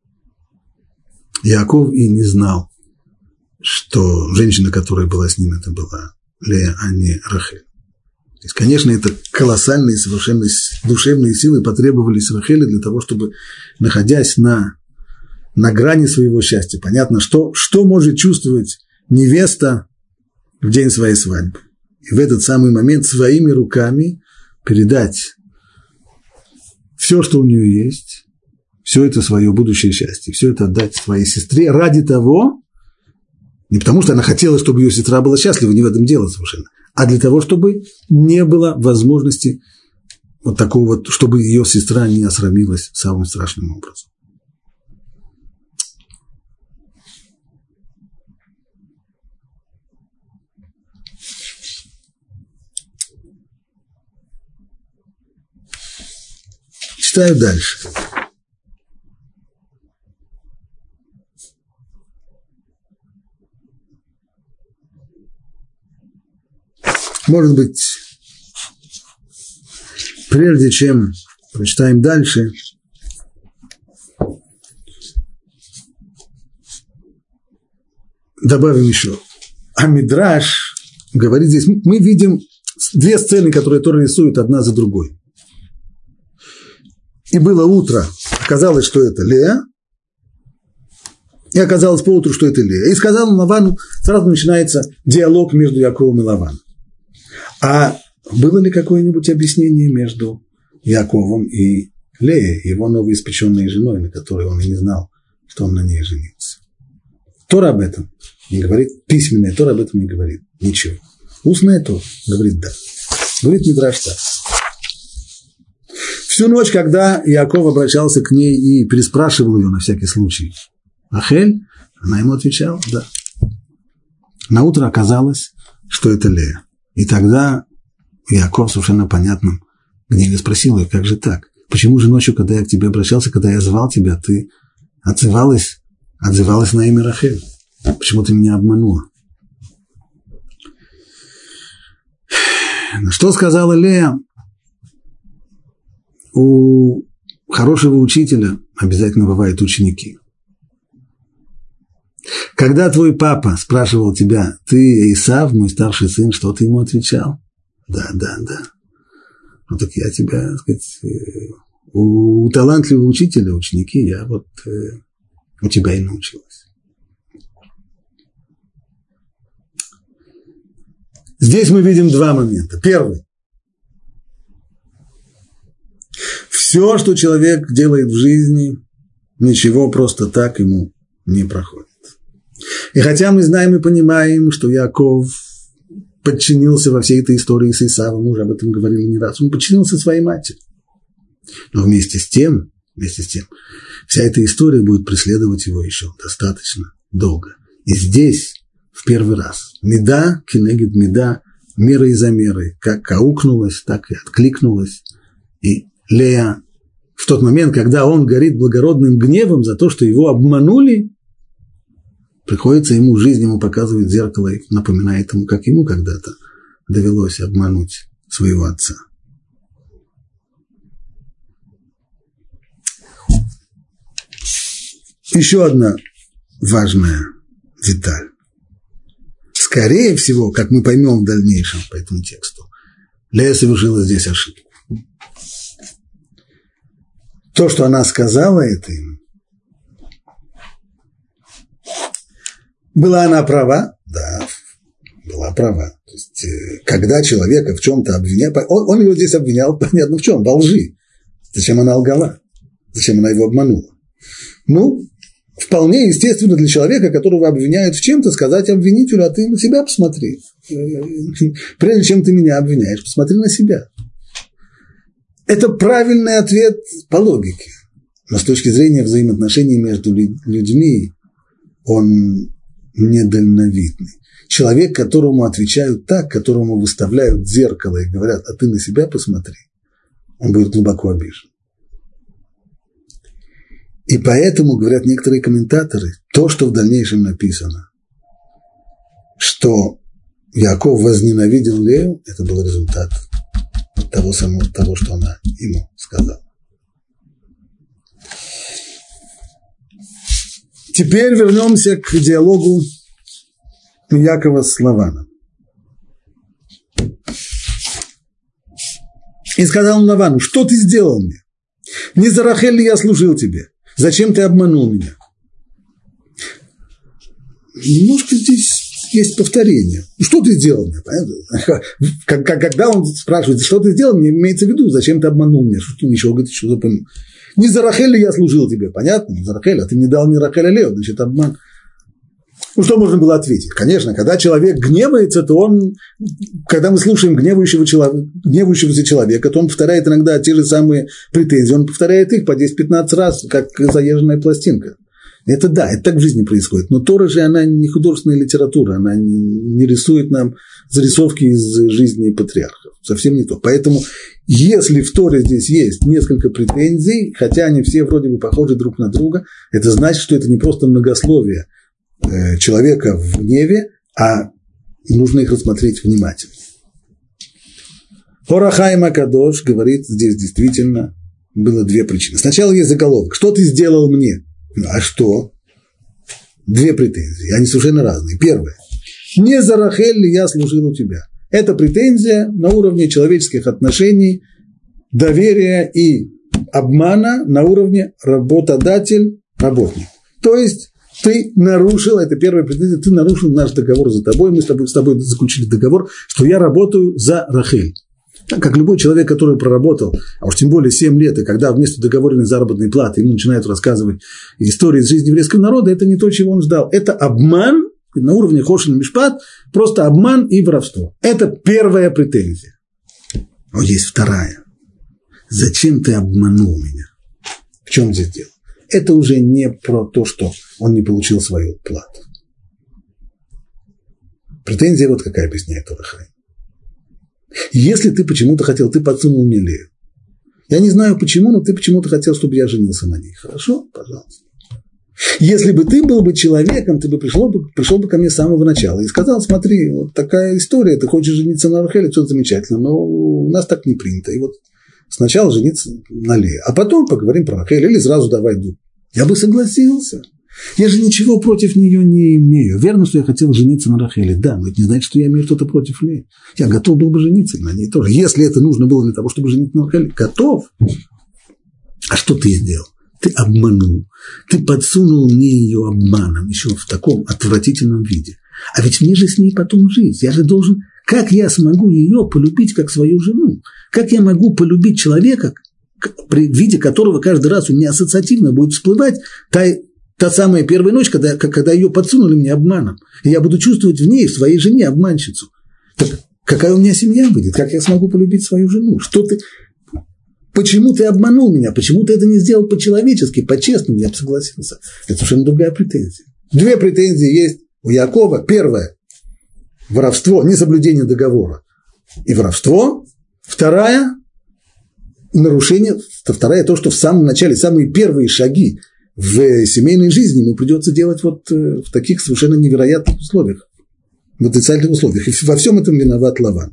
Яаков и не знал, что женщина, которая была с ним, это была Лея, а не Рахель. То есть, конечно, это колоссальные совершенно душевные силы потребовались Рахели для того, чтобы, находясь на, на грани своего счастья, понятно, что, что может чувствовать невеста в день своей свадьбы. И в этот самый момент своими руками передать все, что у нее есть, все это свое будущее счастье, все это отдать своей сестре ради того, не потому что она хотела, чтобы ее сестра была счастлива, не в этом дело совершенно, а для того, чтобы не было возможности вот такого вот, чтобы ее сестра не осрамилась самым страшным образом. Читаю дальше. Может быть, прежде чем прочитаем дальше, добавим еще. А Мидраш говорит здесь, мы видим две сцены, которые Тора рисует одна за другой. И было утро, оказалось, что это Лея, и оказалось поутру, что это Лея. И сказал Лавану, сразу начинается диалог между Яковом и Лаваном. А было ли какое-нибудь объяснение между Яковом и Леей, его новоиспеченной женой, на которой он и не знал, что он на ней женится? Тора об этом не говорит, письменная Тора об этом не говорит, ничего. Устная Тора говорит да. Говорит Мидраш так. Всю ночь, когда Иаков обращался к ней и переспрашивал ее на всякий случай, Рахель, она ему отвечала, да. На утро оказалось, что это Лея. И тогда Иаков совершенно понятным гневе спросил ее, как же так? Почему же ночью, когда я к тебе обращался, когда я звал тебя, ты отзывалась, отзывалась на имя Рахель? Почему ты меня обманула? Что сказала Лея? У хорошего учителя обязательно бывают ученики. Когда твой папа спрашивал тебя, ты Исав, мой старший сын, что ты ему отвечал? Да, да, да. Ну так я тебя, так сказать, у талантливого учителя, ученики, я вот у тебя и научилась. Здесь мы видим два момента. Первый. Все, что человек делает в жизни, ничего просто так ему не проходит. И хотя мы знаем и понимаем, что Яаков подчинился во всей этой истории с Исавом, мы уже об этом говорили не раз, он подчинился своей матери. Но вместе с тем, вместе с тем, вся эта история будет преследовать его еще достаточно долго. И здесь в первый раз меда, кенегед меда, мерой за мерой, как аукнулась, так и откликнулась. И Лея в тот момент, когда он горит благородным гневом за то, что его обманули, приходится ему, жизнь ему показывает зеркало и напоминает ему, как ему когда-то довелось обмануть своего отца. Еще одна важная деталь. Скорее всего, как мы поймем в дальнейшем по этому тексту, Лея совершила здесь ошибку. То, что она сказала это ему, была она права? Да, была права. То есть, когда человека в чем-то обвиняет, он, он его здесь обвинял, понятно в чем, во лжи. Зачем она лгала? Зачем она его обманула? Ну, вполне естественно для человека, которого обвиняют в чем-то, сказать обвинителю, а ты на себя посмотри. Прежде чем ты меня обвиняешь, посмотри на себя. Это правильный ответ по логике. Но с точки зрения взаимоотношений между людьми, он недальновидный. Человек, которому отвечают так, которому выставляют зеркало и говорят, а ты на себя посмотри, он будет глубоко обижен. И поэтому, говорят некоторые комментаторы, то, что в дальнейшем написано, что Яаков возненавидел Лею, это был результат того самого, того, что она ему сказала. Теперь вернемся к диалогу Якова с Лаваном. И сказал он Лавану, что ты сделал мне? Не за Рахель ли я служил тебе? Зачем ты обманул меня? Немножко здесь есть повторение. Что ты сделал мне? Когда он спрашивает, что ты сделал, мне имеется в виду, зачем ты обманул меня? Что ты ничего, говорит, что запомнил? Не за Рахель ли я служил тебе? Понятно? Не за Рахель, а ты не дал мне Рахель, а Лео, значит, обман. Ну, что можно было ответить? Конечно, когда человек гневается, то он, когда мы слушаем гневающего человека, гневающегося человека, то он повторяет иногда те же самые претензии, он повторяет их по десять-пятнадцать раз, как заезженная пластинка. Это да, это так в жизни происходит. Но Тора же, она не художественная литература, она не, не рисует нам зарисовки из жизни патриархов. Совсем не то. Поэтому, если в Торе здесь есть несколько претензий, хотя они все вроде бы похожи друг на друга, это значит, что это не просто многословие э, человека в гневе, а нужно их рассмотреть внимательно. Ор ха-Хаим ха-Кадош говорит, здесь действительно было две причины. Сначала есть заголовок. Что ты сделал мне? А что? Две претензии, они совершенно разные. Первое. Не за Рахель ли я служил у тебя? Это претензия на уровне человеческих отношений, доверия и обмана на уровне работодатель-работник. То есть ты нарушил, это первая претензия, ты нарушил наш договор за тобой, мы с тобой, с тобой заключили договор, что я работаю за Рахель. Как любой человек, который проработал, а уж тем более семь лет, и когда вместо договоренной заработной платы ему начинают рассказывать истории из жизни еврейского народа, это не то, чего он ждал. Это обман на уровне Хошен Мишпат, просто обман и воровство. Это первая претензия. Но есть вторая. Зачем ты обманул меня? В чем здесь дело? Это уже не про то, что он не получил свою плату. Претензия вот какая, объясняет Ор ха-Хаим. Если ты почему-то хотел, ты подсунул мне Лею. Я не знаю почему, но ты почему-то хотел, чтобы я женился на ней. Хорошо? Пожалуйста. Если бы ты был бы человеком, ты бы пришел, бы пришел бы ко мне с самого начала и сказал, смотри, вот такая история, ты хочешь жениться на Рахеле, все замечательно, но у нас так не принято. И вот сначала жениться на Лее, а потом поговорим про Рахель, или сразу давай дух. Я бы согласился. Я же ничего против нее не имею. Верно, что я хотел жениться на Рахеле. Да, но это не значит, что я имею что-то против Леи. Я готов был бы жениться на ней тоже. Если это нужно было для того, чтобы жениться на Рахеле, готов. А что ты сделал? Ты обманул. Ты подсунул мне ее обманом, еще в таком отвратительном виде. А ведь мне же с ней потом жить. Я же должен... Как я смогу ее полюбить как свою жену? Как я могу полюбить человека, при виде которого каждый раз у меня ассоциативно будет всплывать та... Та самая первая ночь, когда, когда ее подсунули мне обманом, и я буду чувствовать в ней, в своей жене, обманщицу. Так какая у меня семья будет? Как я смогу полюбить свою жену? Что ты... Почему ты обманул меня? Почему ты это не сделал по-человечески, по-честному? Я бы согласился. Это совершенно другая претензия. Две претензии есть у Яакова. Первая – воровство, несоблюдение договора и воровство. Вторая – нарушение. Вторая – то, что в самом начале, самые первые шаги в семейной жизни ему придется делать вот в таких совершенно невероятных условиях, в отрицательных условиях. И во всем этом виноват Лаван.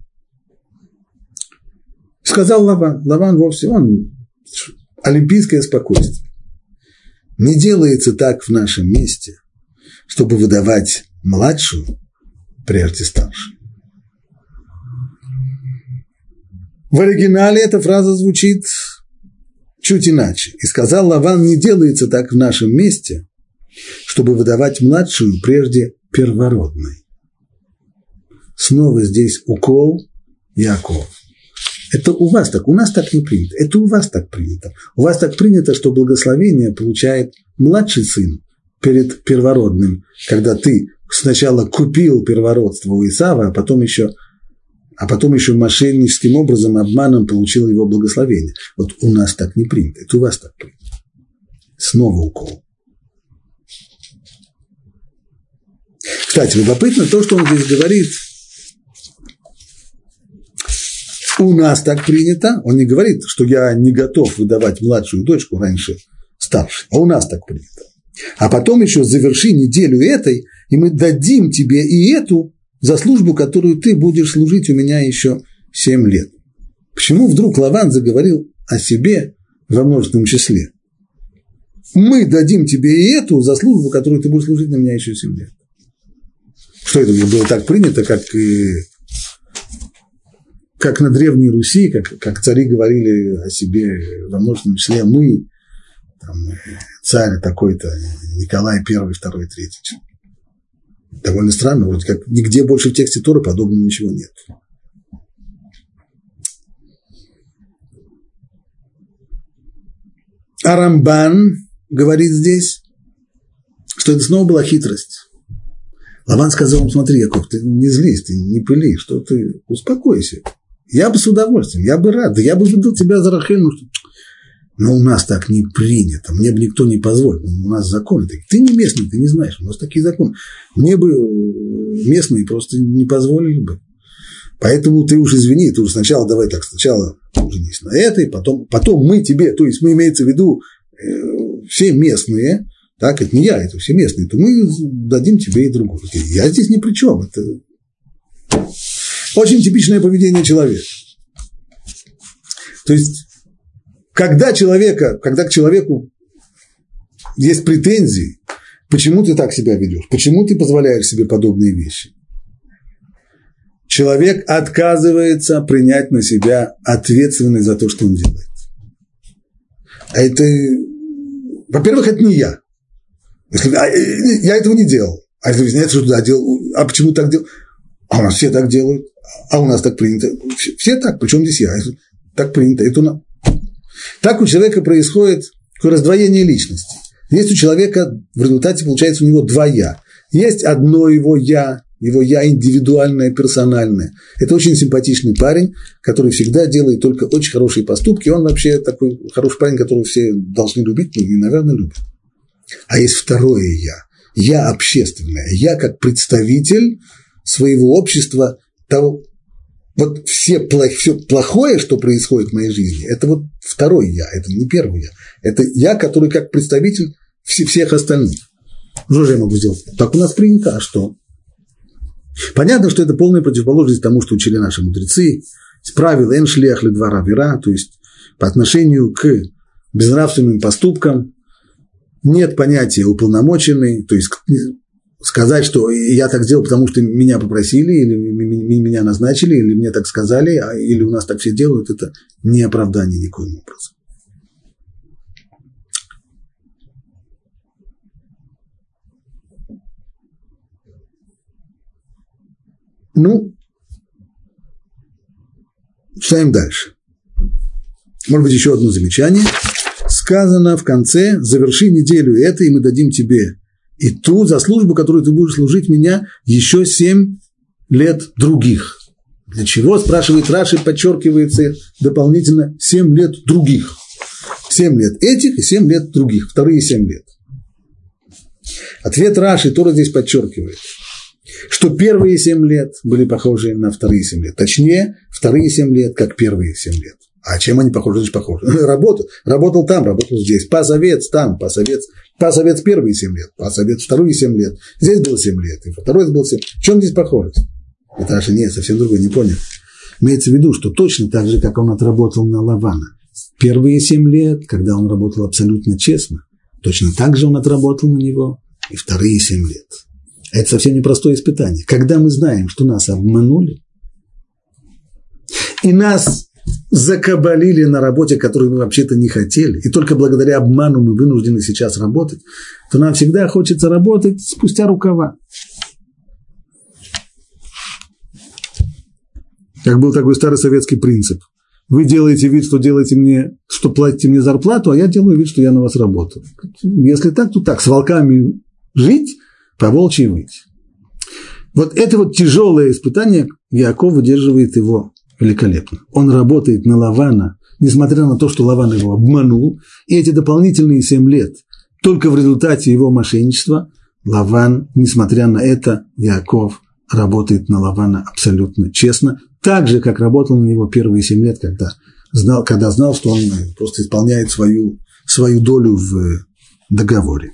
Сказал Лаван, Лаван вовсе, он олимпийское спокойствие. Не делается так в нашем месте, чтобы выдавать младшую прежде старшей. В оригинале эта фраза звучит чуть иначе. И сказал Лаван, не делается так в нашем месте, чтобы выдавать младшую прежде первородной. Снова здесь укол Яаков. Это у вас так, у нас так не принято. Это у вас так принято. У вас так принято, что благословение получает младший сын перед первородным, когда ты сначала купил первородство у Исава, а потом еще... а потом еще мошенническим образом, обманом получил его благословение. Вот у нас так не принято, это у вас так принято. Снова укол. Кстати, любопытно то, что он здесь говорит. У нас так принято. Он не говорит, что я не готов выдавать младшую дочку раньше старшей. А у нас так принято. А потом еще заверши неделю этой, и мы дадим тебе и эту за службу, которую ты будешь служить у меня еще семь лет. Почему вдруг Лаван заговорил о себе во множественном числе? Мы дадим тебе и эту за службу, которую ты будешь служить на меня еще семь лет. Что это было так принято, как, и, как на Древней Руси, как, как цари говорили о себе во множественном числе мы, там, царь такой-то, Николай Первый, Второй, Третий. Довольно странно, вроде как нигде больше в тексте Торы подобного ничего нет. А Рамбан говорит здесь, что это снова была хитрость. Лаван сказал ему: смотри, Яков, ты не злись, ты не пыли, что ты, успокойся. Я бы с удовольствием, я бы рад, да я бы выдал тебя за Рахель, ну что... Но у нас так не принято, мне бы никто не позволил, у нас законы такие. Ты не местный, ты не знаешь, у нас такие законы. Мне бы местные просто не позволили бы. Поэтому ты уж извини, ты уж сначала давай так, сначала женись на этой, потом, потом мы тебе, то есть мы имеется в виду э, все местные, так, это не я, это все местные, то мы дадим тебе и другую. Я здесь ни при чем, это очень типичное поведение человека. То есть, когда человека, когда к человеку есть претензии, почему ты так себя ведешь, почему ты позволяешь себе подобные вещи, человек отказывается принять на себя ответственность за то, что он делает. А это, во-первых, это не я. Если, а, я этого не делал. А это выясняется, что да, делал. А почему так делал? А у нас все так делают. А у нас так принято. Все, все так, причем здесь я. Так принято. Это у нас. Так у человека происходит такое раздвоение личности. Есть у человека, в результате получается у него два «я». Есть одно его «я», его «я» индивидуальное, персональное. Это очень симпатичный парень, который всегда делает только очень хорошие поступки. Он вообще такой хороший парень, которого все должны любить, ну и, наверное, любят. А есть второе «я». «Я» общественное. «Я» как представитель своего общества, того, вот все, все плохое, что происходит в моей жизни, это вот второй «я», это не первый «я». Это «я», который как представитель всех остальных. Что же я могу сделать? Так у нас принято, а что? Понятно, что это полная противоположность тому, что учили наши мудрецы. Правил «эн шлеах ледвар авира», то есть по отношению к безнравственным поступкам нет понятия уполномоченный, то есть сказать, что я так сделал, потому что меня попросили, или меня назначили, или мне так сказали, или у нас так все делают, это не оправдание никоим образом. Ну, читаем дальше. Может быть, еще одно замечание. Сказано в конце: заверши неделю это, и мы дадим тебе и ту за службу, которую ты будешь служить меня, еще семь лет других. Для чего, спрашивает Раши, подчеркивается дополнительно семь лет других. семь лет этих и семь лет других, вторые семь лет. Ответ Раши тоже здесь подчеркивает, что первые семь лет были похожи на вторые семь лет. Точнее, вторые семь лет, как первые семь лет. А чем они похожи? Значит, похожи. Работал, работал там, работал здесь. Пас овец там, пас овец. Пас овец первые семь лет, пас овец вторые семь лет. Здесь было семь лет, и второй было семь. В чем здесь похожесть? Это аж нет, совсем другое, не понял. Имеется в виду, что точно так же, как он отработал на Лавана первые семь лет, когда он работал абсолютно честно, точно так же он отработал на него и вторые семь лет. Это совсем непростое испытание. Когда мы знаем, что нас обманули, и нас закабалили на работе, которую мы вообще-то не хотели, и только благодаря обману мы вынуждены сейчас работать, то нам всегда хочется работать спустя рукава. Как был такой старый советский принцип. Вы делаете вид, что делаете мне, что платите мне зарплату, а я делаю вид, что я на вас работаю. Если так, то так. С волками жить, по волчьи выть. Вот это вот тяжелое испытание, Яаков выдерживает его великолепно. Он работает на Лавана, несмотря на то, что Лаван его обманул, и эти дополнительные семь лет, только в результате его мошенничества, Лаван, несмотря на это, Яаков работает на Лавана абсолютно честно, так же, как работал на него первые семь лет, когда знал, когда знал, что он просто исполняет свою, свою долю в договоре.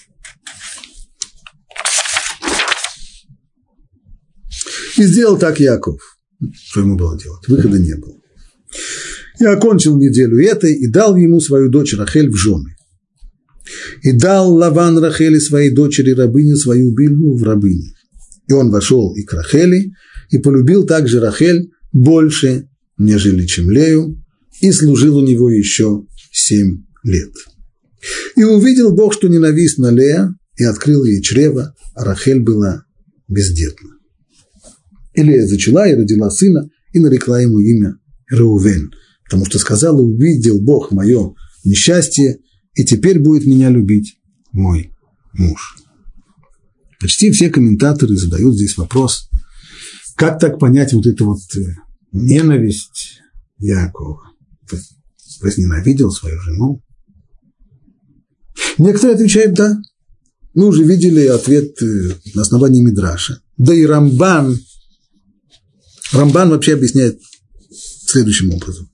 И сделал так Яаков. Что ему было делать? Выхода не было. И окончил неделю этой, и дал ему свою дочь Рахель в жены. И дал Лаван Рахели своей дочери рабыню свою Бильгу в рабыни. И он вошел и к Рахели, и полюбил также Рахель больше, нежели чем Лею, и служил у него еще семь лет. И увидел Бог, что ненавистна Лея, и открыл ей чрево, а Рахель была бездетна. И Лея зачала и родила сына, и нарекла ему имя Реувен, потому что сказала: увидел Бог мое несчастье, и теперь будет меня любить мой муж. Почти все комментаторы задают здесь вопрос, как так понять вот эту вот ненависть Яакова? Возненавидел свою жену? Некоторые отвечают «да». Мы уже видели ответ на основании Мидраша. Да и Рамбан, Рамбан вообще объясняет следующим образом.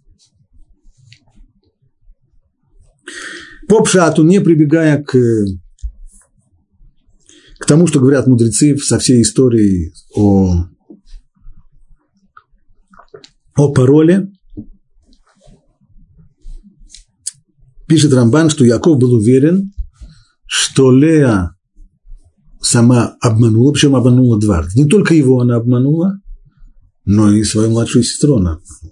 По пшату, не прибегая к, к тому, что говорят мудрецы со всей историей о, о пароле, пишет Рамбан, что Яаков был уверен, что Лея сама обманула, причем обманула дважды. Не только его она обманула, но и свою младшую сестру она обманула.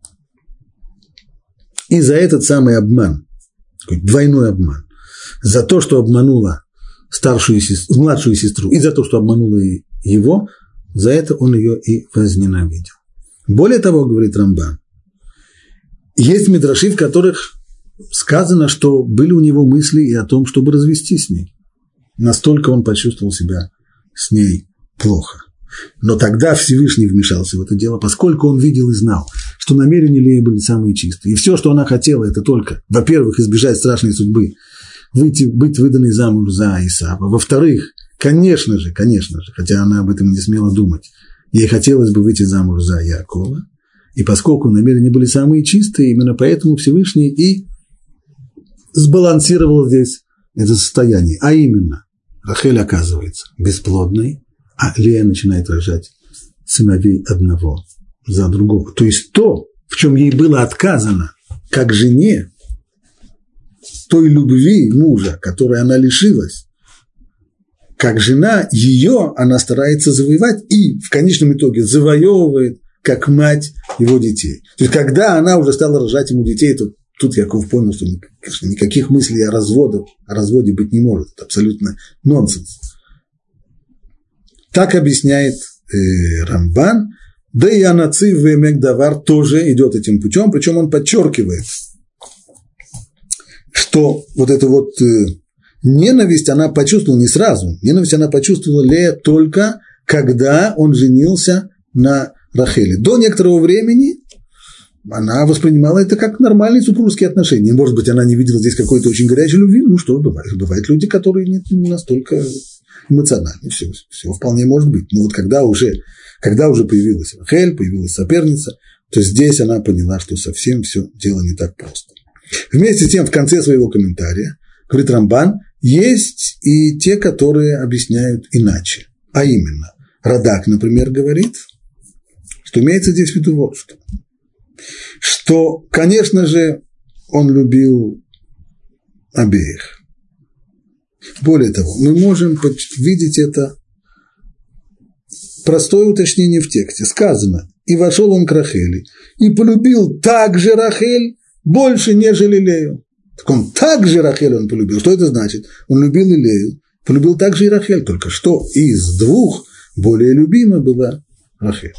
И за этот самый обман, такой двойной обман, за то, что обманула старшую сестру, младшую сестру, и за то, что обманула его, за это он ее и возненавидел. Более того, говорит Рамбан, есть мидраши, в которых сказано, что были у него мысли и о том, чтобы развестись с ней. Настолько он почувствовал себя с ней плохо. Но тогда Всевышний вмешался в это дело, поскольку он видел и знал, что намерения Леи были самые чистые. И все, что она хотела, это только, во-первых, избежать страшной судьбы, выйти, быть выданной замуж за Исава. Во-вторых, конечно же, конечно же, хотя она об этом не смела думать, ей хотелось бы выйти замуж за Яакова. И поскольку намерения были самые чистые, именно поэтому Всевышний и сбалансировал здесь это состояние. А именно, Рахель оказывается бесплодной, а Лея начинает рожать сыновей одного за другого. То есть то, в чем ей было отказано, как жене, той любви мужа, которой она лишилась, как жена, ее она старается завоевать и в конечном итоге завоевывает как мать его детей. То есть, когда она уже стала рожать ему детей, то тут Яаков понял, что конечно, никаких мыслей о разводе, о разводе быть не может. Это абсолютно нонсенс. Так объясняет э, Рамбан. Да и Анацив Вемегдавар тоже идет этим путем, причем он подчеркивает, что вот эту вот э, ненависть она почувствовала не сразу. Ненависть она почувствовала Лея только когда он женился на Рахеле. До некоторого времени она воспринимала это как нормальные супружеские отношения. Может быть, она не видела здесь какой-то очень горячей любви. Ну что, бывает. Бывают люди, которые не, не настолько эмоциональны. Все, все вполне может быть. Но вот когда уже, когда уже появилась Рахель, появилась соперница, то здесь она поняла, что совсем все дело не так просто. Вместе с тем, в конце своего комментария, говорит Рамбан, есть и те, которые объясняют иначе. А именно, Радак, например, говорит, что имеется здесь в виду вот что. Что, конечно же, он любил обеих. Более того, мы можем видеть это простое уточнение в тексте. Сказано, и вошел он к Рахели, и полюбил также Рахель больше, нежели Лею. Так он также Рахель он полюбил. Что это значит? Он любил и Лею, полюбил также и Рахель. Только что из двух более любима была Рахель.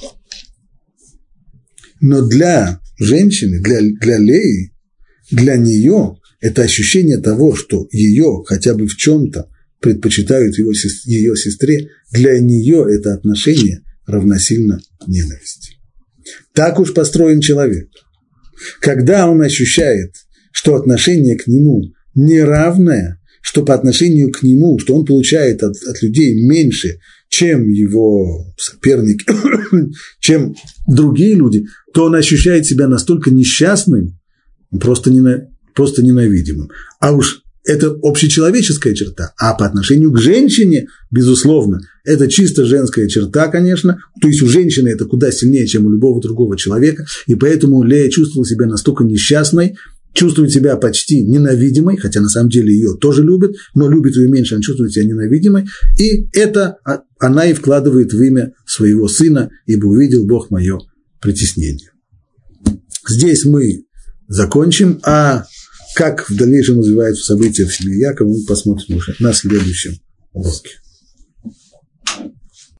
Но для женщины, для, для Леи, для нее это ощущение того, что ее хотя бы в чем-то предпочитают его, ее сестре, для нее это отношение равносильно ненависти. Так уж построен человек. Когда он ощущает, что отношение к нему неравное, что по отношению к нему, что он получает от, от людей меньше, чем его соперники, чем другие люди, то он ощущает себя настолько несчастным, просто, нена, просто ненавидимым. А уж это общечеловеческая черта, а по отношению к женщине, безусловно, это чисто женская черта, конечно, то есть у женщины это куда сильнее, чем у любого другого человека, и поэтому Лея чувствовала себя настолько несчастной, чувствует себя почти ненавидимой, хотя на самом деле ее тоже любят, но любит ее меньше, она чувствует себя ненавидимой, и это она и вкладывает в имя своего сына, ибо увидел Бог мое притеснение. Здесь мы закончим, а как в дальнейшем развиваются события в семье Якова, мы посмотрим уже на следующем уроке.